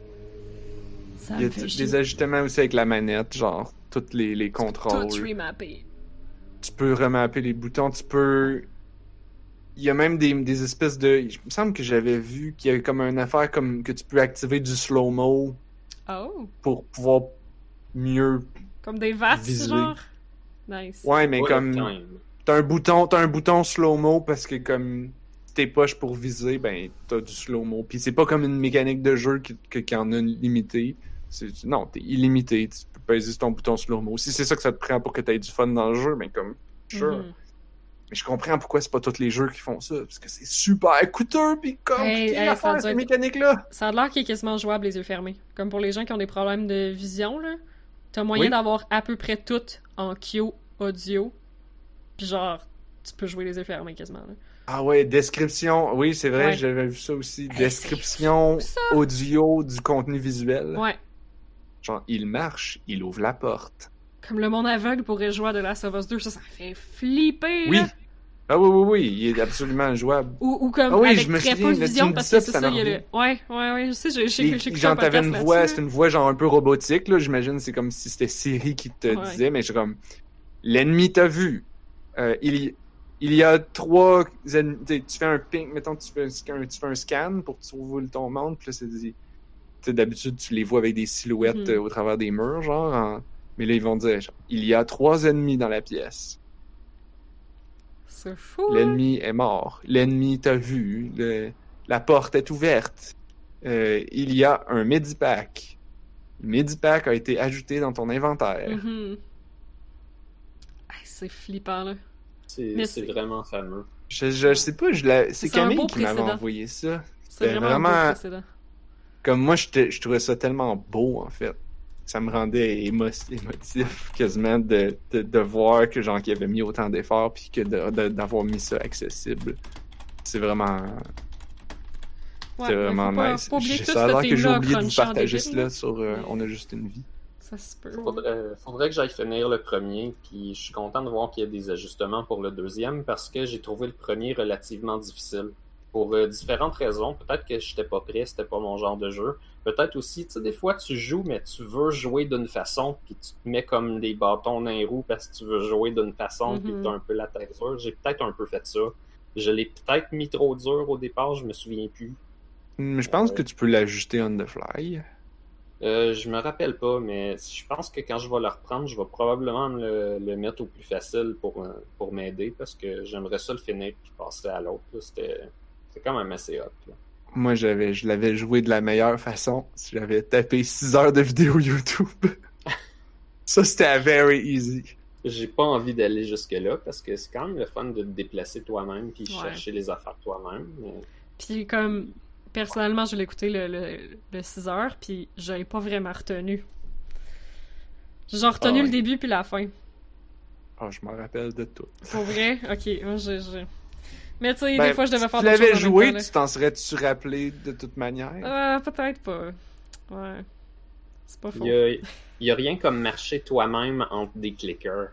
Ça Il y a me fait t- chier. des ajustements aussi avec la manette, genre, tous les, les Tout contrôles. remappé. Tu peux remapper les boutons, tu peux... Il y a même des, des espèces de... Il me semble que j'avais vu qu'il y avait comme une affaire comme que tu peux activer du slow-mo Oh! pour pouvoir mieux... Comme des vastes, Viser. genre? Nice. Ouais, mais Bullet comme... time. T'as un bouton, t'as un bouton slow-mo parce que comme tes poches pour viser, ben t'as du slow-mo. Puis c'est pas comme une mécanique de jeu qui, qui, qui en a une limitée. C'est, non, t'es illimité. Tu peux peser sur ton bouton slow-mo. Si c'est ça que ça te prend pour que t'aies du fun dans le jeu, ben comme, sure. Mhm. Mais je comprends pourquoi c'est pas tous les jeux qui font ça. Parce que c'est super coûteux pis compliqué Hey, hey, à ça faire, doit ces être- mécaniques-là. Ça a l'air qu'il est quasiment jouable les yeux fermés. Comme pour les gens qui ont des problèmes de vision, là. T'as moyen Oui. d'avoir à peu près tout en Q audio. Puis genre, tu peux jouer les yeux fermés quasiment, là. Ah ouais, description. Oui, c'est vrai, Ouais. j'avais vu ça aussi. Hey, Description c'est fou, ça. audio du contenu visuel. Ouais. Genre, il marche, il ouvre la porte. Comme le monde aveugle pourrait jouer à The Last of Us deux, ça, ça fait flipper, Oui. là. Ah oui, oui, oui, il est absolument jouable. Ou, ou comme Ah oui, avec je me très souviens, peu de là, tu vision, me parce dis ça, que c'est puis ça ça, me il y a le... revient. Ouais, ouais, ouais, je sais, j'ai j'ai Et, j'ai écouté genre, un t'avais podcast une voix, là-dessus, c'est une voix genre un peu robotique, là, j'imagine, c'est comme si c'était Siri qui te Ouais. disait, mais je comme, l'ennemi t'a vu. Euh, il, y- il y a trois ennemis, tu sais, tu fais un ping, mettons, tu fais un, scan- tu fais un scan pour trouver ton monde, puis là, c'est dit, tu sais, d'habitude, tu les vois avec des silhouettes Mhm. euh, au travers des murs, genre, en- mais là, ils vont dire, genre, il y a trois ennemis dans la pièce. C'est fou, hein? L'ennemi est mort. L'ennemi t'a vu. Le- La porte est ouverte. Euh, il y a un Medipack. Le Medipack a été ajouté dans ton inventaire. Mhm. Hey, c'est flippant, là. C'est Mais c'est c'est- vraiment fameux. Je, je sais pas, je la... c'est C'est un Camille beau qui m'avait précédent. envoyé ça. C'est C'était vraiment, un beau vraiment- précédent. Comme moi, je, je trouvais ça tellement beau, en fait. Ça me rendait émo... émotif quasiment de, de, de voir que genre qu'ils avaient mis autant d'efforts puis que de- de- d'avoir mis ça accessible. C'est vraiment... Ouais, C'est mais vraiment faut pas- nice. faut oublier J'ai- que Ça a tout l'air ce que j'ai thème-là oublié de vous crunchant partager débile, cela là. sur euh, On a juste une vie. Ça se peut. Faudrait, faudrait que j'aille finir le premier, puis je suis content de voir qu'il y a des ajustements pour le deuxième parce que j'ai trouvé le premier relativement difficile. Pour euh, différentes raisons. Peut-être que j'étais pas prêt, c'était pas mon genre de jeu. Peut-être aussi, tu sais, des fois tu joues, mais tu veux jouer d'une façon, puis tu te mets comme des bâtons dans les roues parce que tu veux jouer d'une façon, Mhm. puis t'as un peu la tête dure. J'ai peut-être un peu fait ça. Je l'ai peut-être mis trop dur au départ, je me souviens plus. Hmm, Je pense Euh, que tu peux l'ajuster on the fly. Euh, je me rappelle pas, mais je pense que quand je vais le reprendre, je vais probablement me le, le mettre au plus facile pour, euh, pour m'aider parce que j'aimerais ça le finir puis passer à l'autre. là. C'était c'était quand même assez hot. là. Moi, j'avais, je l'avais joué de la meilleure façon. J'avais tapé six heures de vidéos YouTube. Ça, c'était very easy. J'ai pas envie d'aller jusque-là parce que c'est quand même le fun de te déplacer toi-même puis Ouais. chercher les affaires toi-même. Mais... Puis comme personnellement, je l'ai écouté le, le, le six heures, puis j'avais pas vraiment retenu. J'ai genre retenu Ah ouais. le début puis la fin. Ah, je m'en rappelle de tout. Pour vrai? Ok, moi j'ai... j'ai- Mais tu sais, Ben, des fois je devais faire si tu d'autres l'avais choses en même joué, temps, là. tu t'en serais-tu rappelé de toute manière? Euh, peut-être pas. Ouais. C'est pas faux. Il y a, il y a rien comme marcher toi-même entre des clickers.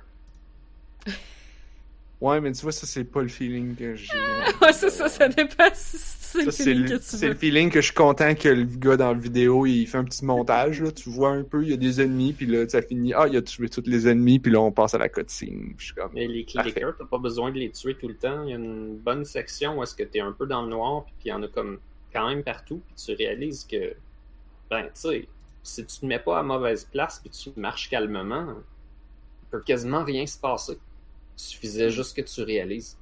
Ouais, mais tu vois, ça, c'est pas le feeling que j'ai. Ouais, c'est ça, ça dépend si c'est Ça, le c'est feeling le, que tu c'est le veux. feeling que je suis content que le gars dans la vidéo, il fait un petit montage, là. Tu vois un peu, il y a des ennemis, puis là, ça finit. Ah, il a tué tous les ennemis, puis là, on passe à la cutscene. Puis je suis comme. Mais les Parfait. clickers, t'as pas besoin de les tuer tout le temps. Il y a une bonne section où est-ce que t'es un peu dans le noir, puis il y en a comme quand même partout, puis tu réalises que, ben, tu sais, si tu te mets pas à mauvaise place, puis tu marches calmement, il peut quasiment rien se passer. Il suffisait juste que tu réalises.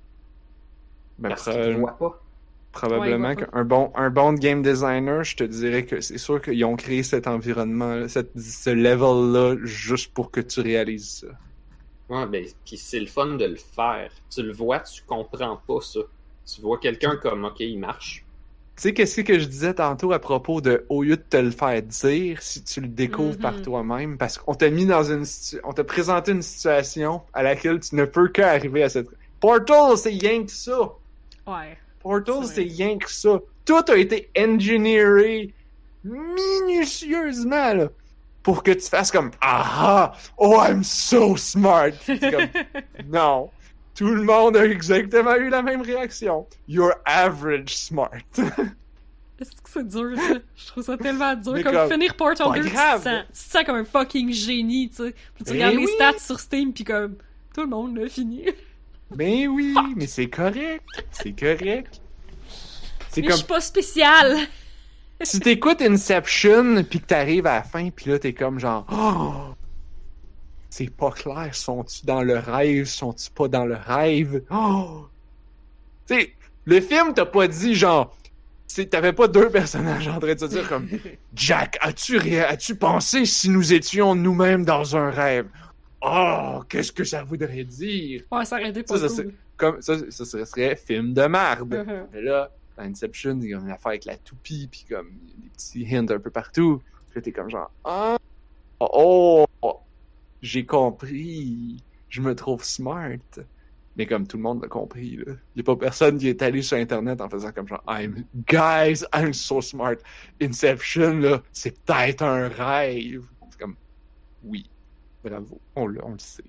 Ben, Parce probable- qu'ils te voient pas. probablement Ouais, il voit qu'un bon, un bon game designer, je te dirais que c'est sûr qu'ils ont créé cet environnement, cette, ce level-là, juste pour que tu réalises ça. Ouais, ben, puis c'est le fun de le faire. Tu le vois, tu comprends pas ça. Tu vois quelqu'un comme, ok, il marche. Tu sais, qu'est-ce que je disais tantôt à propos de, au lieu de te le faire dire, si tu le découvres Mhm. par toi-même, parce qu'on t'a mis dans une situ- on t'a présenté une situation à laquelle tu ne peux qu'arriver à cette... Portal, c'est rien que ça! Ouais. Portal, C'est c'est vrai. rien que ça. Tout a été engineeré minutieusement, là, pour que tu fasses comme, ah, oh, I'm so smart! C'est comme, non. Tout le monde a exactement eu la même réaction. You're average smart. Est-ce que c'est dur, ça? Je trouve ça tellement dur. Mais Comme, comme, finir Portal pas deux, tu te, grave. sens, tu te sens comme un fucking génie, tu sais. Puis tu Eh regardes les oui. stats sur Steam, puis comme, tout le monde l'a fini. Mais oui, mais c'est correct. C'est correct. C'est Mais comme je suis pas spécial. si t'écoutes Inception puis que t'arrives à la fin puis là t'es comme genre oh, c'est pas clair, sont-tu dans le rêve, sont-tu pas dans le rêve? Oh! Tu sais, le film t'a pas dit genre c'est t'avais pas deux personnages en train de se dire comme Jack, as-tu ré- as-tu pensé si nous étions nous-mêmes dans un rêve? Oh, qu'est-ce que ça voudrait dire? Ouais, ça aurait été pas Ça, ça, cool. Comme ça, ça serait film de merde. Uh-huh. Mais là, dans Inception, il y a une affaire avec la toupie, puis comme il y a des petits hints un peu partout. Puis là, t'es comme genre, ah, oh, oh, j'ai compris, je me trouve smart. Mais comme tout le monde l'a compris, là. Il n'y a pas personne qui est allé sur Internet en faisant comme genre, I'm, guys, I'm so smart. Inception, là, c'est peut-être un rêve. C'est comme, oui, bravo, on le, on le sait.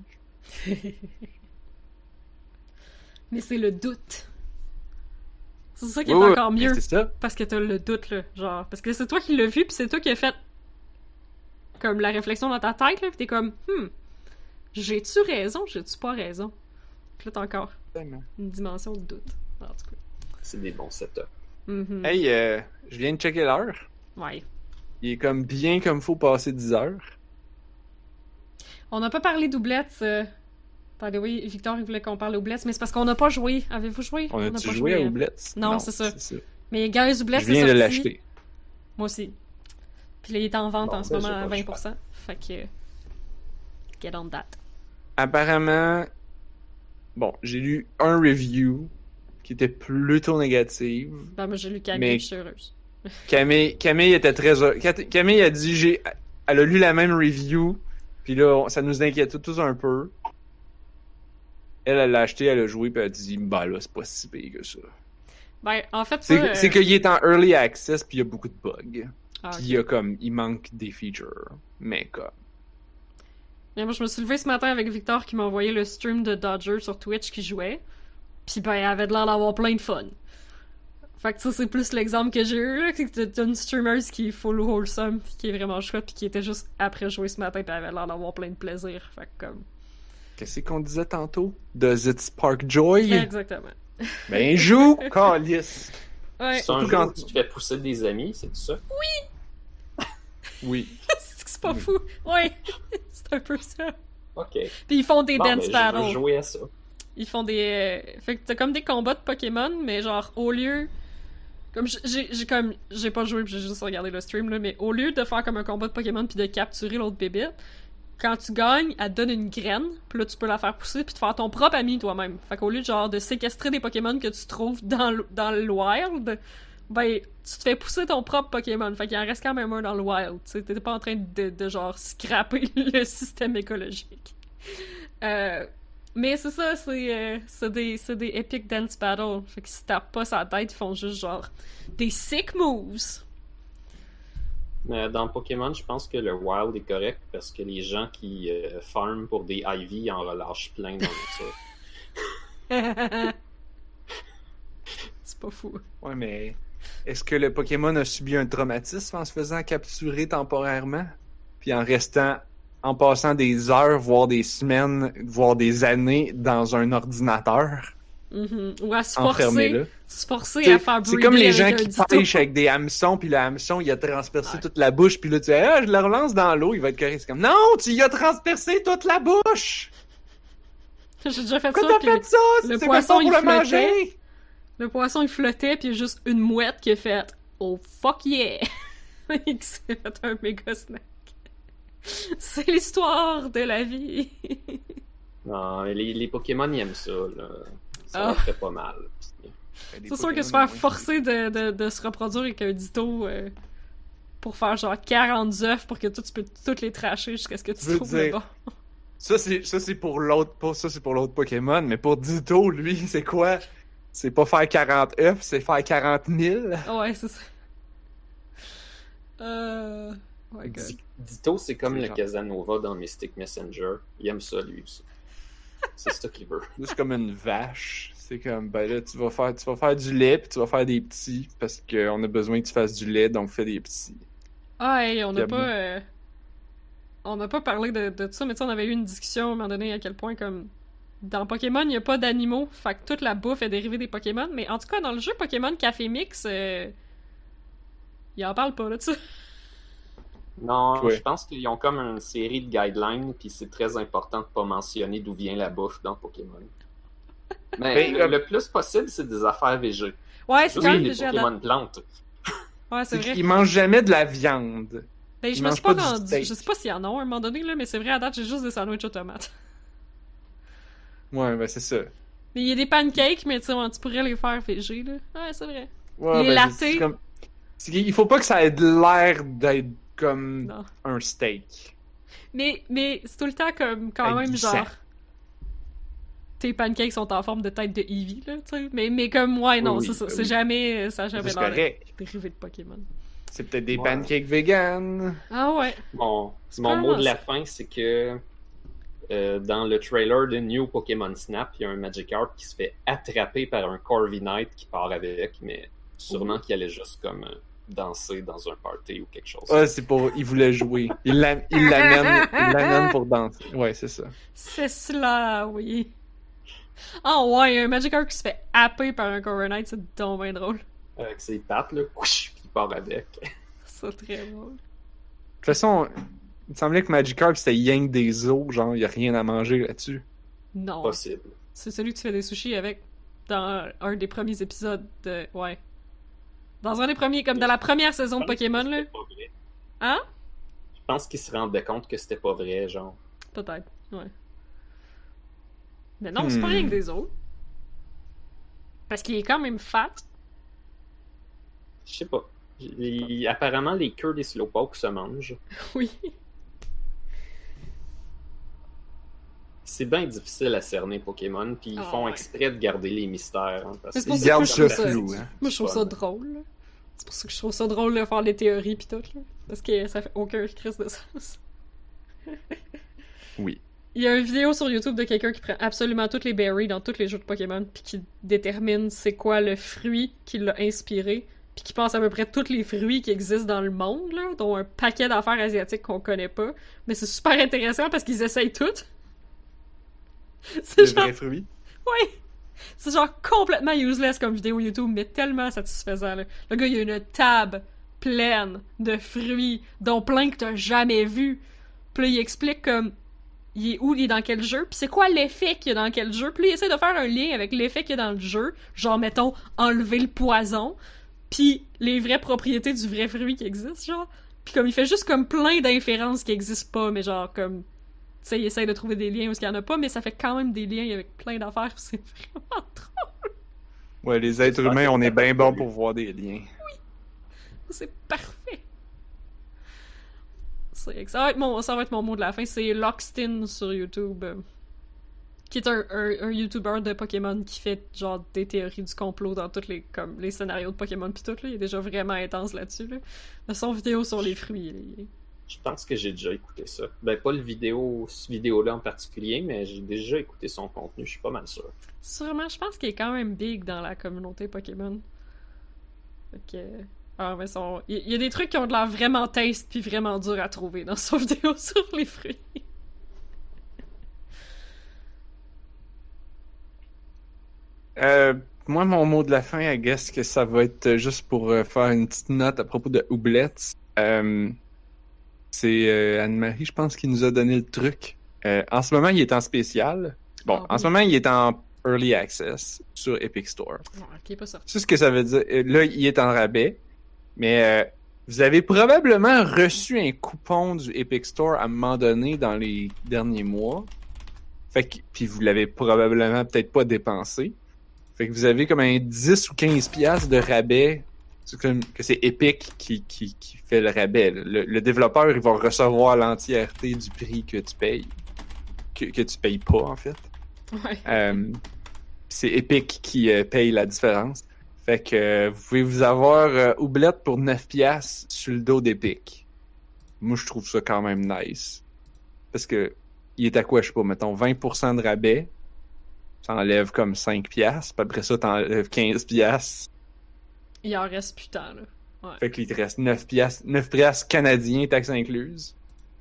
Mais c'est le doute. C'est ça qui est Oui, oui, encore mais mieux. C'est ça. Parce que t'as le doute, là. Genre, parce que c'est toi qui l'as vu, puis c'est toi qui as fait comme la réflexion dans ta tête, là, puis t'es comme, hmm, j'ai-tu raison, j'ai-tu pas raison? Puis là, t'as encore Tellement. une dimension de doute. En tout cas. C'est des bons setups. Mhm. Hey, euh, je viens de checker l'heure. Ouais. Il est comme bien comme faut passer dix heures. On n'a pas parlé d'Oublette. Euh... By the way, Victor, il voulait qu'on parle d'Oublette, mais c'est parce qu'on n'a pas joué. Avez-vous joué? On n'a a-tu pas joué à hein. Oublette? Non, c'est ça. Mais Guys Oublette, Je c'est viens sorti. de l'acheter. Moi aussi. Puis là, il est en vente Bon, en ce ben, moment j'ai à pas le vingt pour cent. Fait que... Get on that. Apparemment, bon, j'ai lu un review qui était plutôt négative. Ben, moi, j'ai lu Camille, Mais- je suis heureuse. Camille, Camille était très... heure- Cat- Camille a dit, j'ai, elle a lu la même review, puis là, on- ça nous inquiète tous un peu. Elle, elle l'a acheté, elle a joué, puis elle a dit, bah là, c'est pas si pire que ça. Ben, en fait, C'est, ça, euh, c'est qu'il est en early access, puis il y a beaucoup de bugs. ah, Puis ok. il y a comme, il manque des features. Mais comme... Mais moi, je me suis levée ce matin avec Victor qui m'a envoyé le stream de Dodger sur Twitch qui jouait. Puis ben, elle avait de l'air d'avoir plein de fun. Fait que ça, c'est plus l'exemple que j'ai eu, là, que t'as t'as une streamer qui est full wholesome, puis qui est vraiment chouette, puis qui était juste après jouer ce matin, puis elle avait l'air d'avoir plein de plaisir. Fait que comme... Qu'est-ce qu'on disait tantôt? Does it spark joy? Exactement. Ben joue, calice. Ouais. C'est un Surtout jeu quand- où tu te fais pousser des amis, c'est tout ça? Oui. c'est que c'est pas fou. Ouais. c'est un peu ça. Ok. Puis ils font des Bon, dance ben, je battles. veux jouer à ça. Ils font des... euh, Fait que t'as comme des combats de Pokémon, mais genre, au lieu... Comme j- j'ai j'ai comme... J'ai pas joué, puis j'ai juste regardé le stream, là, mais au lieu de faire comme un combat de Pokémon puis de capturer l'autre bébête, quand tu gagnes, elle te donne une graine, puis là, tu peux la faire pousser puis te faire ton propre ami toi-même. Fait qu'au lieu de genre de séquestrer des Pokémon que tu trouves dans le, dans le wild, ben, tu te fais pousser ton propre Pokémon, fait qu'il en reste quand même un dans le wild, tu sais, t'es pas en train de, de genre scraper le système écologique. Euh, mais c'est ça, c'est, euh, c'est des, c'est des epic dance battles, fait qu'ils se tapent pas sa tête, ils font juste genre des sick moves. Mais dans Pokémon, je pense que le wild est correct parce que les gens qui euh, farment pour des I V en relâchent plein dans ça. C'est pas fou. Ouais, mais est-ce que le Pokémon a subi un traumatisme en se faisant capturer temporairement? Puis en restant, en passant des heures, voire des semaines, voire des années dans un ordinateur? Mm-hmm. Ou à se Enfermé forcer, là. se forcer T'sais, à faire c'est comme les gens qui ditto. pêchent avec des hameçons, puis le hameçon, il a transpercé Ouais. toute la bouche, puis là, tu dis, ah, je le relance dans l'eau, il va être correct. C'est comme, non, tu y as transpercé toute la bouche! J'ai déjà fait Pourquoi ça, t'as puis fait ça? le C'est pas poisson, pour il le flottait. manger! le poisson il flottait, puis il y a juste une mouette qui a fait « Oh fuck yeah! » et qui s'est fait un méga snack. C'est l'histoire de la vie. Non, les, les Pokémon, ils aiment ça, là. Ça Ah. leur fait pas mal. C'est sûr que se faire forcer de, de, de se reproduire avec un ditto euh, pour faire genre quarante œufs pour que toi tu peux toutes les tracher jusqu'à ce que tu Je veux trouves le dire- bon. Ça, c'est, ça, c'est pour l'autre, pour ça, c'est pour l'autre Pokémon, mais pour Ditto, lui, c'est quoi? C'est pas faire quarante œufs, c'est faire quarante mille. Ouais, c'est ça. Euh... my God. Di- Ditto, c'est comme C'est le genre- Casanova dans Mystic Messenger. Il aime ça, lui aussi. C'est ça qu'il veut. C'est comme une vache. C'est comme, ben là, tu vas faire, tu vas faire du lait, puis tu vas faire des petits, parce qu'on a besoin que tu fasses du lait, donc fais des petits. Ah, hey, on n'a Puis, pas... euh, On n'a pas parlé de, de ça, mais tu sais, on avait eu une discussion à un moment donné à quel point, comme... Dans Pokémon, il n'y a pas d'animaux, fait que toute la bouffe est dérivée des Pokémon, mais en tout cas, dans le jeu Pokémon Café Mix, euh... il en parle pas, là, de ça. Non, Ouais. je pense qu'ils ont comme une série de guidelines, puis c'est très important de pas mentionner d'où vient la bouffe dans Pokémon. Mais Mais, le, euh, le plus possible, c'est des affaires végées. Ouais, c'est Juste quand même des déjà à date. Pokémon plantes. Ouais, c'est C'est vrai. qu'ils mangent jamais de la viande. Ben, je ils me mangent suis pas pas du rendu. steak. Je sais pas s'il y en a un à un moment donné, là, mais c'est vrai, à date, j'ai juste des sandwichs aux tomates. Ouais, ben c'est ça. Mais il y a des pancakes, mais tu sais, ouais, tu pourrais les faire végés, là. Ouais, c'est vrai. Ouais, Les ben, lattés. c'est comme... c'est qu'il- Il faut pas que ça ait de l'air d'être comme Non. un steak. Mais, mais c'est tout le temps comme, quand Avec même, du genre... sang. Tes pancakes sont en forme de tête de Eevee, là, tu sais. Mais, mais comme, ouais, non, Oui, c'est ça. oui. C'est jamais... Ça a jamais C'est l'air correct. dérivé de Pokémon. C'est peut-être des Ouais. pancakes vegan. Ah ouais. Mon, C'est mon pas mot de la ça. fin, c'est que euh, dans le trailer de New Pokémon Snap, il y a un Magikarp qui se fait attraper par un Corviknight qui part avec, mais sûrement qu'il allait juste comme euh, danser dans un party ou quelque chose. Ouais, c'est pour... Il voulait jouer. Il l'am- il l'amène, il l'amène pour danser. Ouais, c'est ça. C'est cela, oui. Ah ouais, un Magikarp qui se fait happer par un Corviknight, c'est donc bien drôle. Avec ses pattes, là, couish, puis il part avec. C'est très drôle. De toute façon, il me semblait que Magikarp, c'était yang des os. Genre, il y a rien à manger là-dessus. Non. Possible. C'est celui que tu fais des sushis avec dans un des premiers épisodes de... Ouais. Dans un des premiers... Comme dans la première saison de Pokémon, là. C'était pas vrai. Hein? Je pense qu'il se rendait compte que c'était pas vrai, genre. Peut-être, ouais. Mais non, c'est pas Hmm. rien que des autres. Parce qu'il est quand même fat. Je sais pas. Les- Apparemment, les queues des Slowpoke se mangent. Oui. C'est bien difficile à cerner Pokémon, puis ils Ah font ouais. exprès de garder les mystères. hein, parce Mais c'est que pour Ils ça que gardent je trouve ça ça- flou, hein. Moi, je trouve ça fun. drôle, là. C'est pour ça que je trouve ça drôle de faire les théories pis tout, là. Parce que ça fait aucun crise de sens. Oui. Il y a une vidéo sur YouTube de quelqu'un qui prend absolument toutes les berries dans tous les jeux de Pokémon puis qui détermine c'est quoi le fruit qui l'a inspiré puis qui pense à peu près tous les fruits qui existent dans le monde, là, dont un paquet d'affaires asiatiques qu'on connaît pas. Mais c'est super intéressant parce qu'ils essayent toutes. C'est Le genre... vrai fruit. Oui! C'est genre complètement useless comme vidéo YouTube, mais tellement satisfaisant, là. Le gars, il a une table pleine de fruits, dont plein que t'as jamais vu. Puis là, il explique comme... Il est où, il est dans quel jeu, puis c'est quoi l'effet qu'il y a dans quel jeu. Puis là, il essaie de faire un lien avec l'effet qu'il y a dans le jeu. Genre, mettons, enlever le poison, puis les vraies propriétés du vrai fruit qui existe, genre. Puis comme, il fait juste comme plein d'inférences qui existent pas, mais genre, comme... Tu sais, il essaie de trouver des liens où il y en a pas, mais ça fait quand même des liens avec plein d'affaires, pis c'est vraiment trop... Ouais, les êtres J'espère humains, que on est t'as bien pas bons vu. pour voir des liens. C'est parfait. C'est, ça, va être mon, ça va être mon mot de la fin. C'est Lockstin sur YouTube. euh, Qui est un, un, un YouTuber de Pokémon qui fait genre des théories du complot dans tous les, comme, les scénarios de Pokémon pis tout. Là. Il est déjà vraiment intense là-dessus. Là. Mais son vidéo sur les fruits. Là, il est- Je pense que j'ai déjà écouté ça. Ben, pas le vidéo, ce vidéo-là en particulier, mais j'ai déjà écouté son contenu, je suis pas mal sûr. Sûrement, je pense qu'il est quand même big dans la communauté Pokémon. Fait que... Ah, mais son... il y a des trucs qui ont de l'air vraiment taste puis vraiment dur à trouver dans son vidéo sur les fruits. Euh, moi, mon mot de la fin, I guess que ça va être juste pour euh, faire une petite note à propos de Oublette. Euh, c'est euh, Anne-Marie, je pense, qui nous a donné le truc. Euh, en ce moment, il est en spécial. Bon, Ah, en oui. ce moment, il est en Early Access sur Epic Store. Ouais, qui est pas sorti. C'est ce que ça veut dire. Euh, Là, il est en rabais. Mais euh, vous avez probablement reçu un coupon du Epic Store à un moment donné dans les derniers mois. Fait que, puis vous l'avez probablement peut-être pas dépensé. Fait que vous avez comme un dix ou quinze piastres de rabais. C'est comme que c'est Epic qui, qui, qui fait le rabais. là. Le, le développeur, il va recevoir l'entièreté du prix que tu payes. Que, que tu payes pas, en fait. Ouais. Euh, c'est Epic qui euh, paye la différence. Fait que euh, vous pouvez vous avoir euh, Oublette pour neuf piastres sur le dos d'Epic. Moi, je trouve ça quand même nice. Parce que il est à quoi, je sais pas, mettons vingt pour cent de rabais. Ça enlève comme cinq piastres. Puis après ça, t'enlèves quinze piastres. Il en reste plus tant, là. Ouais. Fait qu'il te reste neuf piastres. neuf piastres canadiens, taxes incluses.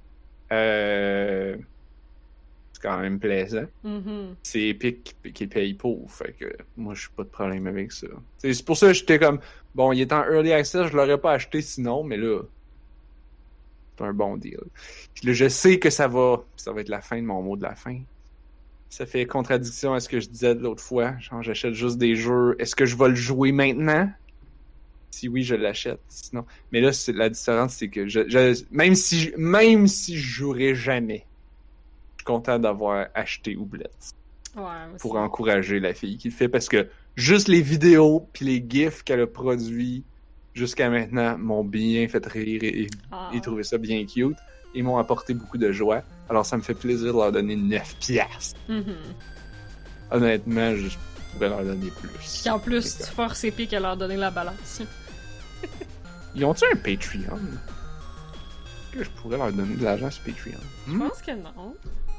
Euh... C'est quand même plaisant. Mhm. C'est Epic qui, qui paye pour. Fait que moi, je suis pas de problème avec ça. T'sais, c'est pour ça que j'étais comme, bon, il est en Early Access, je l'aurais pas acheté sinon, mais là, c'est un bon deal. Puis là, je sais que ça va, ça va être la fin de mon mot de la fin. Ça fait contradiction à ce que je disais de l'autre fois. Genre, j'achète juste des jeux. Est-ce que je vais le jouer maintenant? Si oui, je l'achète. Sinon, mais là, c'est, la différence, c'est que je, je- même si, je- même si je jouerais jamais, je suis content d'avoir acheté Oublette Ouais, moi pour aussi. encourager la fille qui le fait parce que juste les vidéos puis les gifs qu'elle a produits jusqu'à maintenant m'ont bien fait rire et, Ah. et trouvé ça bien cute et m'ont apporté beaucoup de joie. Alors ça me fait plaisir de leur donner neuf piastres. Mhm. Honnêtement, je pourrais leur donner plus. Puis en plus, C'est tu forces Epic à leur donner la balance. Ils ont-tu un Patreon? Est-ce que je pourrais leur donner de l'argent sur Patreon? Je Hmm? pense que non. En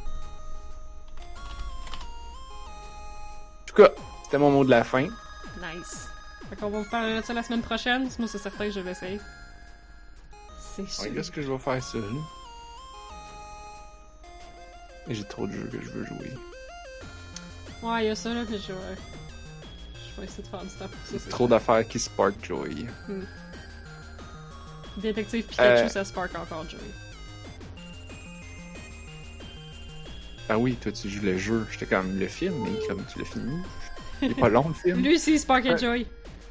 tout cas, c'était mon mot de la fin. Nice. Fait qu'on va vous parler de ça la semaine prochaine. Moi, c'est certain que je vais essayer. C'est sûr. Ouais, qu'est-ce que je vais faire ça, là? J'ai trop de jeux que je veux jouer. Ouais, il y a ça, là, mais je vais... Je vais essayer de faire du temps pour ça. c'est Trop sûr. d'affaires qui spark joy. Détective Pikachu, Euh. ça spark encore Joey. Ah oui, toi tu joues le jeu. J'étais comme le film, mais comme tu l'as fini. Il est pas long le film. Lui aussi, spark et Ouais. Joey.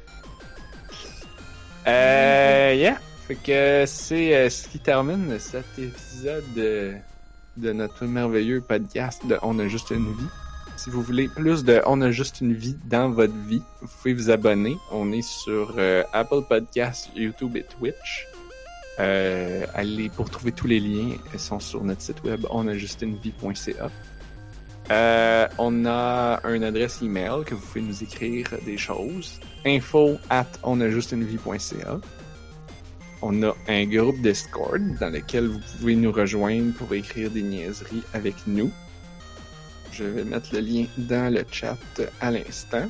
Euh, yeah. Fait que c'est euh, ce qui termine cet épisode de, de notre merveilleux podcast de On a juste une vie. Si vous voulez plus de On a juste une vie dans votre vie, vous pouvez vous abonner. On est sur euh, Apple Podcasts, YouTube et Twitch. Euh, allez pour trouver tous les liens, ils sont sur notre site web onajustunevie point c a. Euh, on a une adresse email que vous pouvez nous écrire des choses. info at onajustunevie point c a. On a un groupe Discord dans lequel vous pouvez nous rejoindre pour écrire des niaiseries avec nous. Je vais mettre le lien dans le chat à l'instant.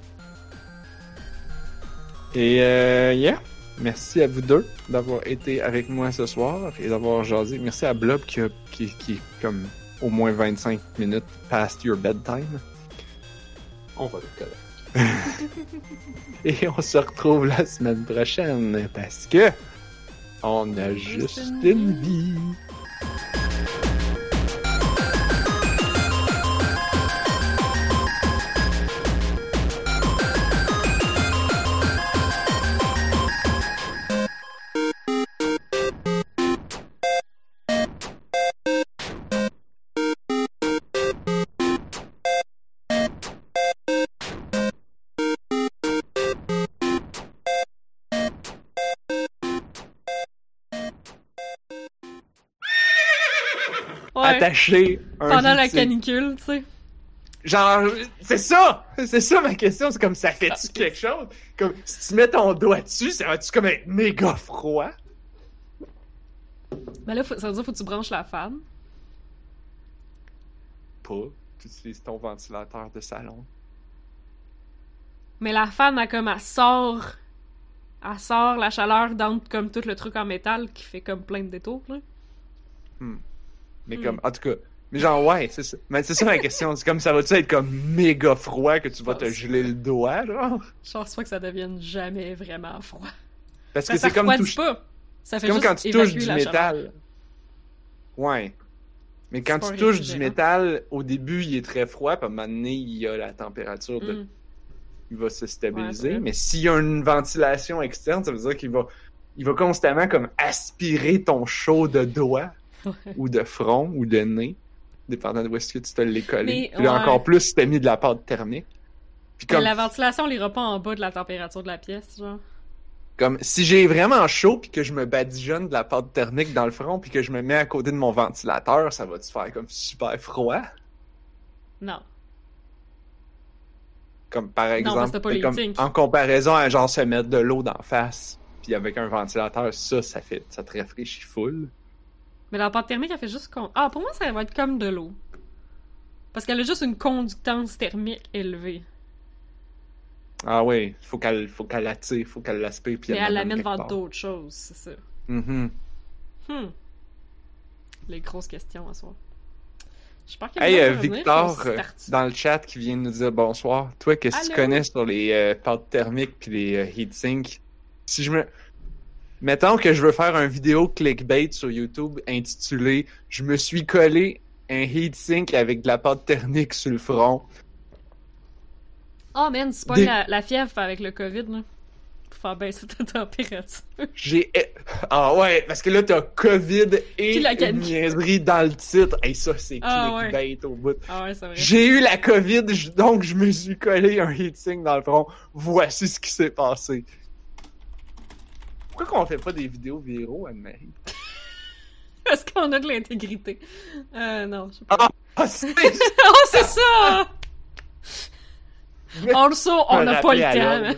Et euh, yeah, merci à vous deux d'avoir été avec moi ce soir et d'avoir jasé. Merci à Blob qui, a, qui, qui est comme au moins vingt-cinq minutes past your bedtime. On va le correct. Et on se retrouve la semaine prochaine parce que on a juste une vie. Ouais. attacher un Pendant la heatsink. canicule, tu sais. Genre, c'est ça! C'est ça ma question, c'est comme ça fait-tu quelque chose? Comme, si tu mets ton doigt dessus, ça va-tu comme être méga froid? Mais là, faut, ça veut dire faut que tu branches la fan. Pas. Tu utilises ton ventilateur de salon. Mais la fan, elle, comme, elle sort... Elle sort la chaleur dans comme tout le truc en métal qui fait comme plein de détours, là. Hmm. Mais Hmm. comme, en tout cas... Mais genre, ouais, c'est ça. Mais c'est ça ma question. C'est comme, ça va-tu être comme méga froid que tu vas te geler le doigt, genre? Je pense pas que ça devienne jamais vraiment froid. Parce Ça, que ça c'est comme refroidit touche... pas. Ça fait C'est comme juste quand tu touches évacuer du la métal. chaleur. Ouais. Mais quand C'est tu pas touches du réfrigérant. métal, au début, il est très froid, puis à un moment donné, il y a la température de... Mm. Il va se Ouais, stabiliser. c'est vrai. Mais s'il y a une ventilation externe, ça veut dire qu'il va... Il va constamment comme aspirer ton chaud de doigt, Ouais. ou de front, ou de nez, dépendant de où est-ce que tu te l'es collé. Mais, Puis là, ouais. encore plus, si t'as mis de la pâte thermique. Puis Mais comme... la ventilation, on l'ira pas en bas de la température de la pièce, genre. Comme si j'ai vraiment chaud puis que je me badigeonne de la pâte thermique dans le front puis que je me mets à côté de mon ventilateur, ça va-tu faire comme super froid? Non. Comme par parce que exemple, t'as pas les comme, tinks. en comparaison à genre se mettre de l'eau d'en face puis avec un ventilateur, ça, ça fait, ça te rafraîchit full. Mais la pâte thermique, elle fait juste... Con... Ah, pour moi, ça va être comme de l'eau. Parce qu'elle a juste une conductance thermique élevée. Ah oui, faut qu'elle, faut qu'elle l'attire, faut qu'elle l'aspire puis Mais elle l'amène quelque vers part. d'autres choses, c'est ça. Mhm. Hmm. Les grosses questions à soir. J'espère qu'il Hey, va euh, revenir, Victor, qu'on se euh, starte. dans le chat qui vient de nous dire bonsoir. Toi, qu'est-ce que tu Allô? connais sur les euh, pâtes thermiques puis les euh, heatsinks? Si je me... Mettons que je veux faire un vidéo clickbait sur YouTube intitulé « Je me suis collé un heatsink avec de la pâte thermique sur le front. Oh man, c'est pas Des- la, la fièvre avec le COVID, là. Pour faire baisser ta température. » J'ai... Ah ouais, parce que là, t'as COVID et Puis la une canicule. niaiserie dans le titre. Hey, ça, c'est Ah ouais. clickbait au bout. Ah ouais, c'est vrai. J'ai eu la COVID, je- donc je me suis collé un heatsink dans le front. Voici ce qui s'est passé. Pourquoi qu'on fait pas des vidéos viraux, Anne-Marie? Parce qu'on a de l'intégrité. Euh, non, je sais pas. Ah, ah, c'est... Oh, c'est ça! Also, on me n'a pas le rappeler à temps. l'ordre.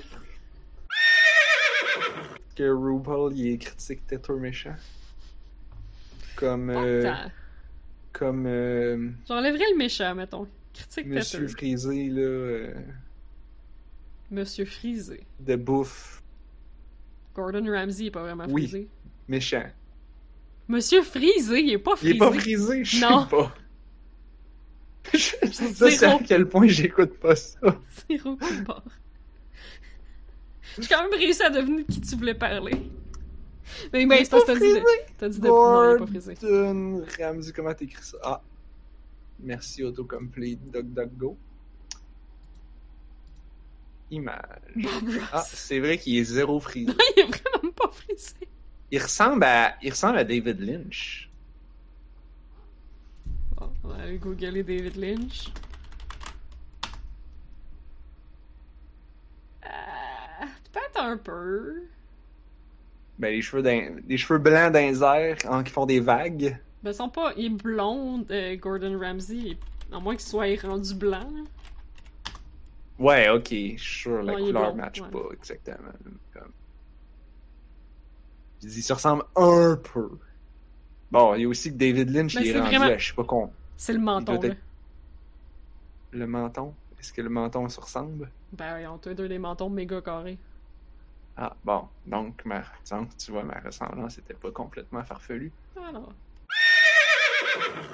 Que RuPaul, il est critique têteux méchant. Comme... Pas euh, tant. comme... euh, J'enlèverais le méchant, mettons. Critique Monsieur têteux. Frisé, là... euh, Monsieur Frisé. de bouffe. Gordon Ramsay est pas vraiment Oui. frisé. Méchant. Monsieur Frisé, il est pas Il frisé. est pas frisé, je Non. sais pas. Je ça, Zéro. c'est à quel point j'écoute pas ça. Zéro coup de barre. J'ai quand même réussi à deviner de qui tu voulais parler. Mais Il ben, est c'est parce pas que t'as dit de... frisé. T'as dit de... Non, il est pas frisé. Gordon Ramsay, comment t'écris ça? Ah. Merci autocomplete DuckDuckGo. Image. Bob Ross. Ah, c'est vrai qu'il est zéro frisé. Il est vraiment pas frisé. Il ressemble à, il ressemble à David Lynch. Bon, on va aller googler David Lynch. Euh, peut-être un peu. Ben, les cheveux, d'un- les cheveux blancs dans les airs, hein, qui font des vagues. Ben, ils sont pas... Il est blond, euh, Gordon Ramsay. Il est- À moins qu'il soit rendu blanc. là. Ouais, ok, je suis sûr, la Non, il est couleur blond, match ouais. pas exactement. Comme... Je dis, il se ressemble un peu. Bon, il y a aussi que David Lynch, Ben, il est c'est rendu vraiment- à je sais pas con. C'est le menton, doit là. être- Le menton. Est-ce que le menton se ressemble? Ben, ils ont tous deux des mentons méga carrés. Ah, bon. Donc, ma... donc, tu vois, ma ressemblance était pas complètement farfelue. Alors...